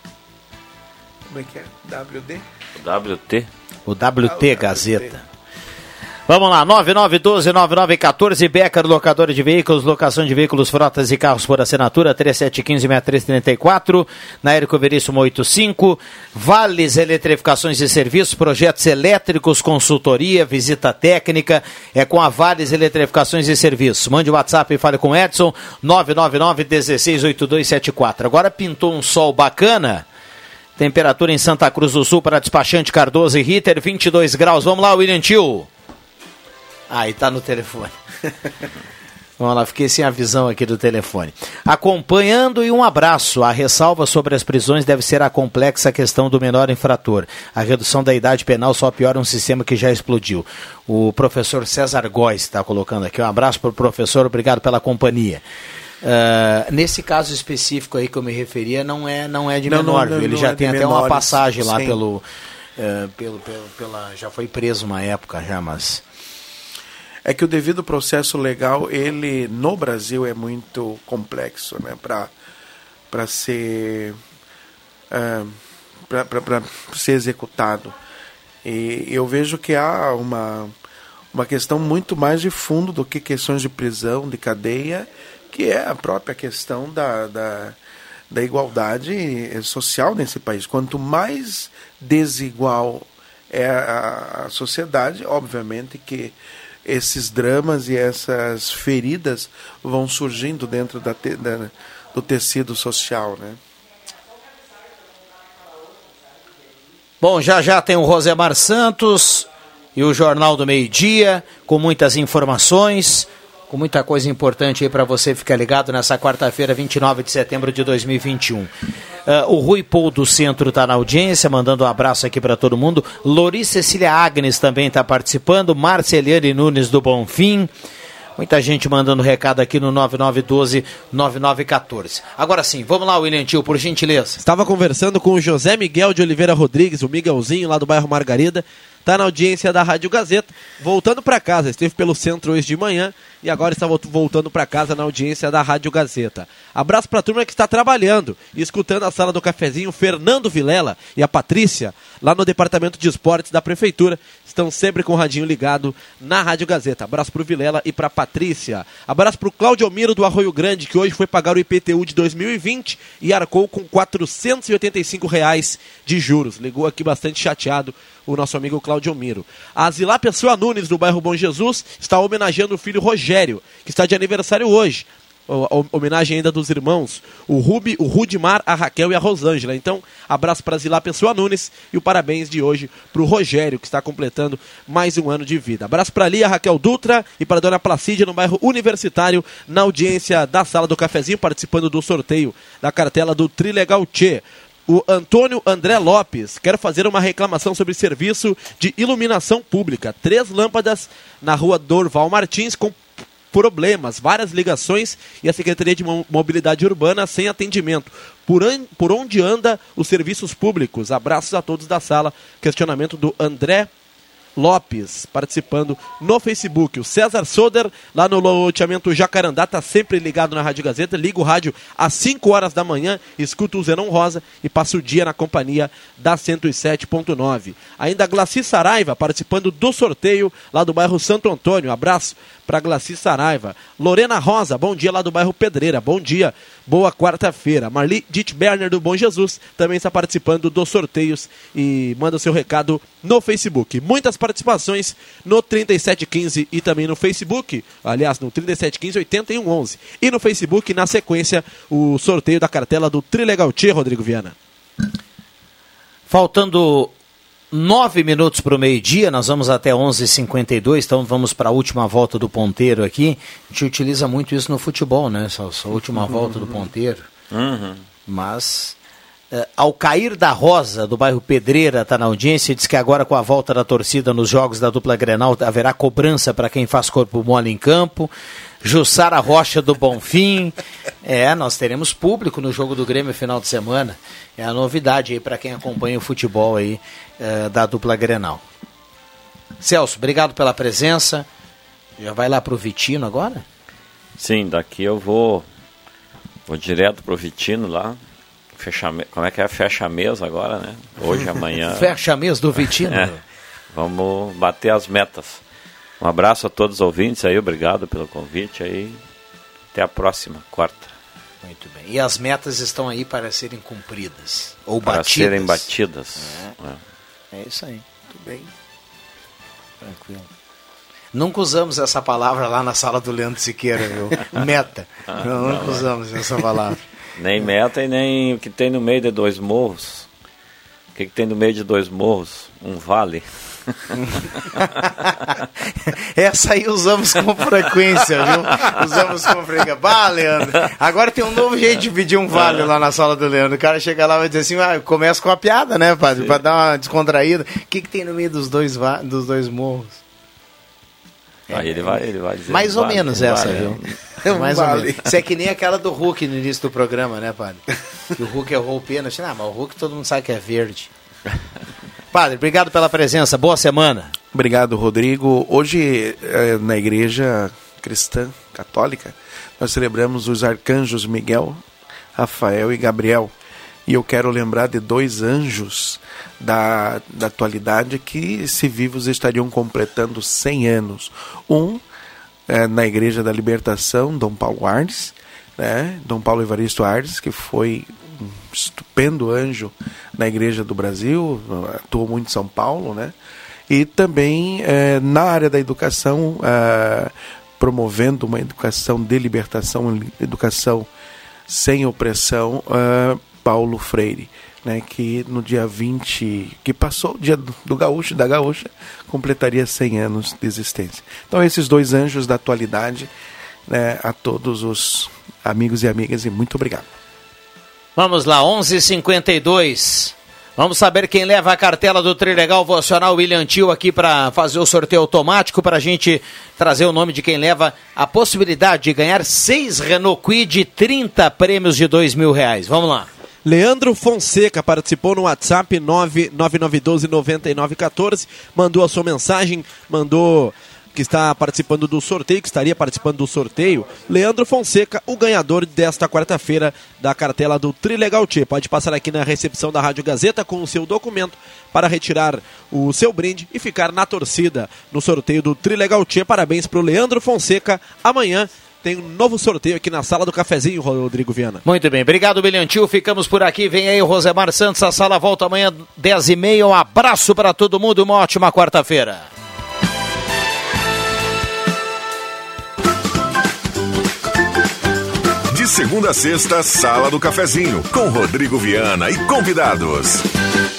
Speaker 5: Como é que é? W D?
Speaker 6: W T?
Speaker 2: O W T Gazeta. Vamos lá, nove nove um dois, nove nove um quatro, Becker, locadora de veículos, locação de veículos, frotas e carros por assinatura, trinta e sete quinze, sessenta e três trinta e quatro, na Érico Veríssimo cento e oitenta e cinco, Vales Eletrificações e Serviços, projetos elétricos, consultoria, visita técnica, é com a Vales Eletrificações e Serviços. Mande o WhatsApp e fale com o Edson, nove nove nove, um seis oito dois sete quatro. Agora pintou um sol bacana, temperatura em Santa Cruz do Sul para despachante Cardoso e Ritter, vinte e dois graus. Vamos lá, William Tio. Aí tá no telefone. Vamos lá, fiquei sem a visão aqui do telefone. Acompanhando e um abraço. A ressalva sobre as prisões deve ser a complexa questão do menor infrator. A redução da idade penal só piora um sistema que já explodiu. O professor César Góes está colocando aqui. Um abraço para o professor, obrigado pela companhia. Uh, nesse caso específico aí que eu me referia, não é, não é de não, menor, não, não, ele não já é tem até menores, uma passagem lá pelo, uh, pelo, pelo pela, já foi preso uma época já, mas
Speaker 5: é que o devido processo legal, ele no Brasil é muito complexo, né, para para ser uh, para ser executado, e eu vejo que há uma uma questão muito mais de fundo do que questões de prisão, de cadeia, que é a própria questão da, da, da igualdade social nesse país. Quanto mais desigual é a, a sociedade, obviamente que esses dramas e essas feridas vão surgindo dentro da te, da, do tecido social, né?
Speaker 2: Bom, já já tem o Rosemar Santos e o Jornal do Meio-Dia, com muitas informações, com muita coisa importante aí para você ficar ligado nessa quarta-feira, vinte e nove de setembro de dois mil e vinte e um. Uh, o Rui Paul do Centro está na audiência, mandando um abraço aqui para todo mundo. Lori Cecília Agnes também está participando. Marceliane Nunes do Bonfim. Muita gente mandando recado aqui no nove nove um dois, nove nove um quatro. Agora sim, vamos lá, William Tio, por gentileza.
Speaker 8: Estava conversando com o José Miguel de Oliveira Rodrigues, o Miguelzinho lá do bairro Margarida. Está na audiência da Rádio Gazeta, voltando para casa, esteve pelo centro hoje de manhã e agora está voltando para casa na audiência da Rádio Gazeta. Abraço para a turma que está trabalhando e escutando a Sala do Cafezinho, Fernando Vilela e a Patrícia, lá no Departamento de Esportes da Prefeitura, estão sempre com o radinho ligado na Rádio Gazeta. Abraço para o Vilela e para a Patrícia. Abraço para o Cláudio Miro do Arroio Grande, que hoje foi pagar o I P T U de dois mil e vinte e arcou com quatrocentos e oitenta e cinco reais de juros. Ligou aqui bastante chateado o nosso amigo Cláudio Miro. A Zilá Pessoa Nunes, do bairro Bom Jesus, está homenageando o filho Rogério, que está de aniversário hoje. O, a homenagem ainda dos irmãos, o Rubi, o Rudimar, a Raquel e a Rosângela. Então, abraço para a Zilá Pessoa Nunes e o parabéns de hoje para o Rogério, que está completando mais um ano de vida. Abraço para a Lia Raquel Dutra e para a dona Placídia, no bairro Universitário, na audiência da Sala do Cafezinho, participando do sorteio da cartela do Trilegal Tchê. O Antônio André Lopes quer fazer uma reclamação sobre serviço de iluminação pública. Três lâmpadas na rua Dorval Martins com problemas, várias ligações e a Secretaria de Mobilidade Urbana sem atendimento. Por, an- por onde anda os serviços públicos? Abraços a todos da sala. Questionamento do André Lopes, participando no Facebook. O César Soder, lá no loteamento Jacarandá, está sempre ligado na Rádio Gazeta. Liga o rádio às cinco horas da manhã, escuta o Zenon Rosa e passa o dia na companhia da cento e sete ponto nove. Ainda a Glaci Saraiva, participando do sorteio lá do bairro Santo Antônio. Abraço para Glaci Saraiva. Lorena Rosa, bom dia lá do bairro Pedreira. Bom dia, boa quarta-feira. Marli Dittberner do Bom Jesus também está participando dos sorteios e manda o seu recado no Facebook. Muitas participações no trinta e sete quinze e também no Facebook, aliás, no trinta e sete quinze, oitenta e um onze. E no Facebook, na sequência, o sorteio da cartela do Trilegal Tchê, Rodrigo Viana.
Speaker 2: Faltando nove minutos para o meio-dia, nós vamos até onze e cinquenta e dois, então vamos para a última volta do ponteiro aqui. A gente utiliza muito isso no futebol, né? Essa, essa última uhum. volta do ponteiro.
Speaker 6: Uhum.
Speaker 2: Mas, uh, ao cair da Rosa, do bairro Pedreira, está na audiência, diz que agora com a volta da torcida nos jogos da dupla Grenal, haverá cobrança para quem faz corpo mole em campo. Jussara Rocha do Bonfim. É, nós teremos público no jogo do Grêmio final de semana. É a novidade aí para quem acompanha o futebol aí uh, da dupla Grenal. Celso, obrigado pela presença. Já vai lá pro Vitino agora?
Speaker 6: Sim, daqui eu vou vou direto pro Vitino lá. Fecha, como é que é? Fecha a mesa agora, né? Hoje, amanhã.
Speaker 2: Fecha a mesa do Vitino.
Speaker 6: É, vamos bater as metas. Um abraço a todos os ouvintes aí, obrigado pelo convite aí. Até a próxima, quarta.
Speaker 2: Muito bem. E as metas estão aí para serem cumpridas. Ou
Speaker 6: para
Speaker 2: batidas.
Speaker 6: serem batidas.
Speaker 2: É, é. é isso aí. Tudo bem. Tranquilo. Nunca usamos essa palavra lá na sala do Leandro Siqueira, viu? Meta. Não, nunca não, usamos essa palavra.
Speaker 6: Nem meta e nem o que tem no meio de dois morros. O que, que tem no meio de dois morros? Um vale.
Speaker 2: Essa aí usamos com frequência, viu? Usamos com frequência. Bah, Leandro. Agora tem um novo jeito de pedir um vale lá na sala do Leandro. O cara chega lá e vai dizer assim, ah, começa com a piada, né, padre? Sim. Pra dar uma descontraída. O que, que tem no meio dos dois, va- dos dois morros?
Speaker 6: Aí ele vai, ele vai dizer.
Speaker 2: Mais ou
Speaker 6: vale,
Speaker 2: menos essa,
Speaker 6: vale,
Speaker 2: viu?
Speaker 6: É.
Speaker 2: Mais
Speaker 5: vale.
Speaker 2: ou menos. Isso é que nem aquela do Hulk no início do programa, né, padre? Que o Hulk errou o pênalti. Ah, mas o Hulk todo mundo sabe que é verde. Padre, obrigado pela presença. Boa semana.
Speaker 5: Obrigado, Rodrigo. Hoje, eh, na igreja cristã católica, nós celebramos os arcanjos Miguel, Rafael e Gabriel. E eu quero lembrar de dois anjos da, da atualidade que, se vivos, estariam completando cem anos. Um, é, na Igreja da Libertação, Dom Paulo Arnes, né? Dom Paulo Evaristo Arnes, que foi um estupendo anjo na Igreja do Brasil, atuou muito em São Paulo, né? E também é, na área da educação, é, promovendo uma educação de libertação, educação sem opressão, é, Paulo Freire, né, que no dia vinte, que passou o dia do, do gaúcho, da gaúcha, completaria cem anos de existência. Então esses dois anjos da atualidade, né, a todos os amigos e amigas, e muito obrigado.
Speaker 2: Vamos lá, onze e cinquenta e dois. Vamos saber quem leva a cartela do Trilegal. Vou acionar o William Tio aqui para fazer o sorteio automático, para a gente trazer o nome de quem leva a possibilidade de ganhar seis Renault Kwid e trinta prêmios de dois mil reais. Vamos lá.
Speaker 8: Leandro Fonseca participou no WhatsApp nove nove nove um dois nove nove um quatro, mandou a sua mensagem, mandou que está participando do sorteio, que estaria participando do sorteio. Leandro Fonseca, o ganhador desta quarta-feira da cartela do Trilegal Tchê. Pode passar aqui na recepção da Rádio Gazeta com o seu documento para retirar o seu brinde e ficar na torcida no sorteio do Trilegal Tchê. Parabéns para o Leandro Fonseca. Amanhã tem um novo sorteio aqui na Sala do Cafezinho, Rodrigo Viana.
Speaker 2: Muito bem, obrigado, Bilhantil. Ficamos por aqui. Vem aí o Rosemar Santos. A sala volta amanhã, dez e meia. Um abraço para todo mundo. Uma ótima quarta-feira.
Speaker 1: De segunda a sexta, Sala do Cafezinho, com Rodrigo Viana e convidados.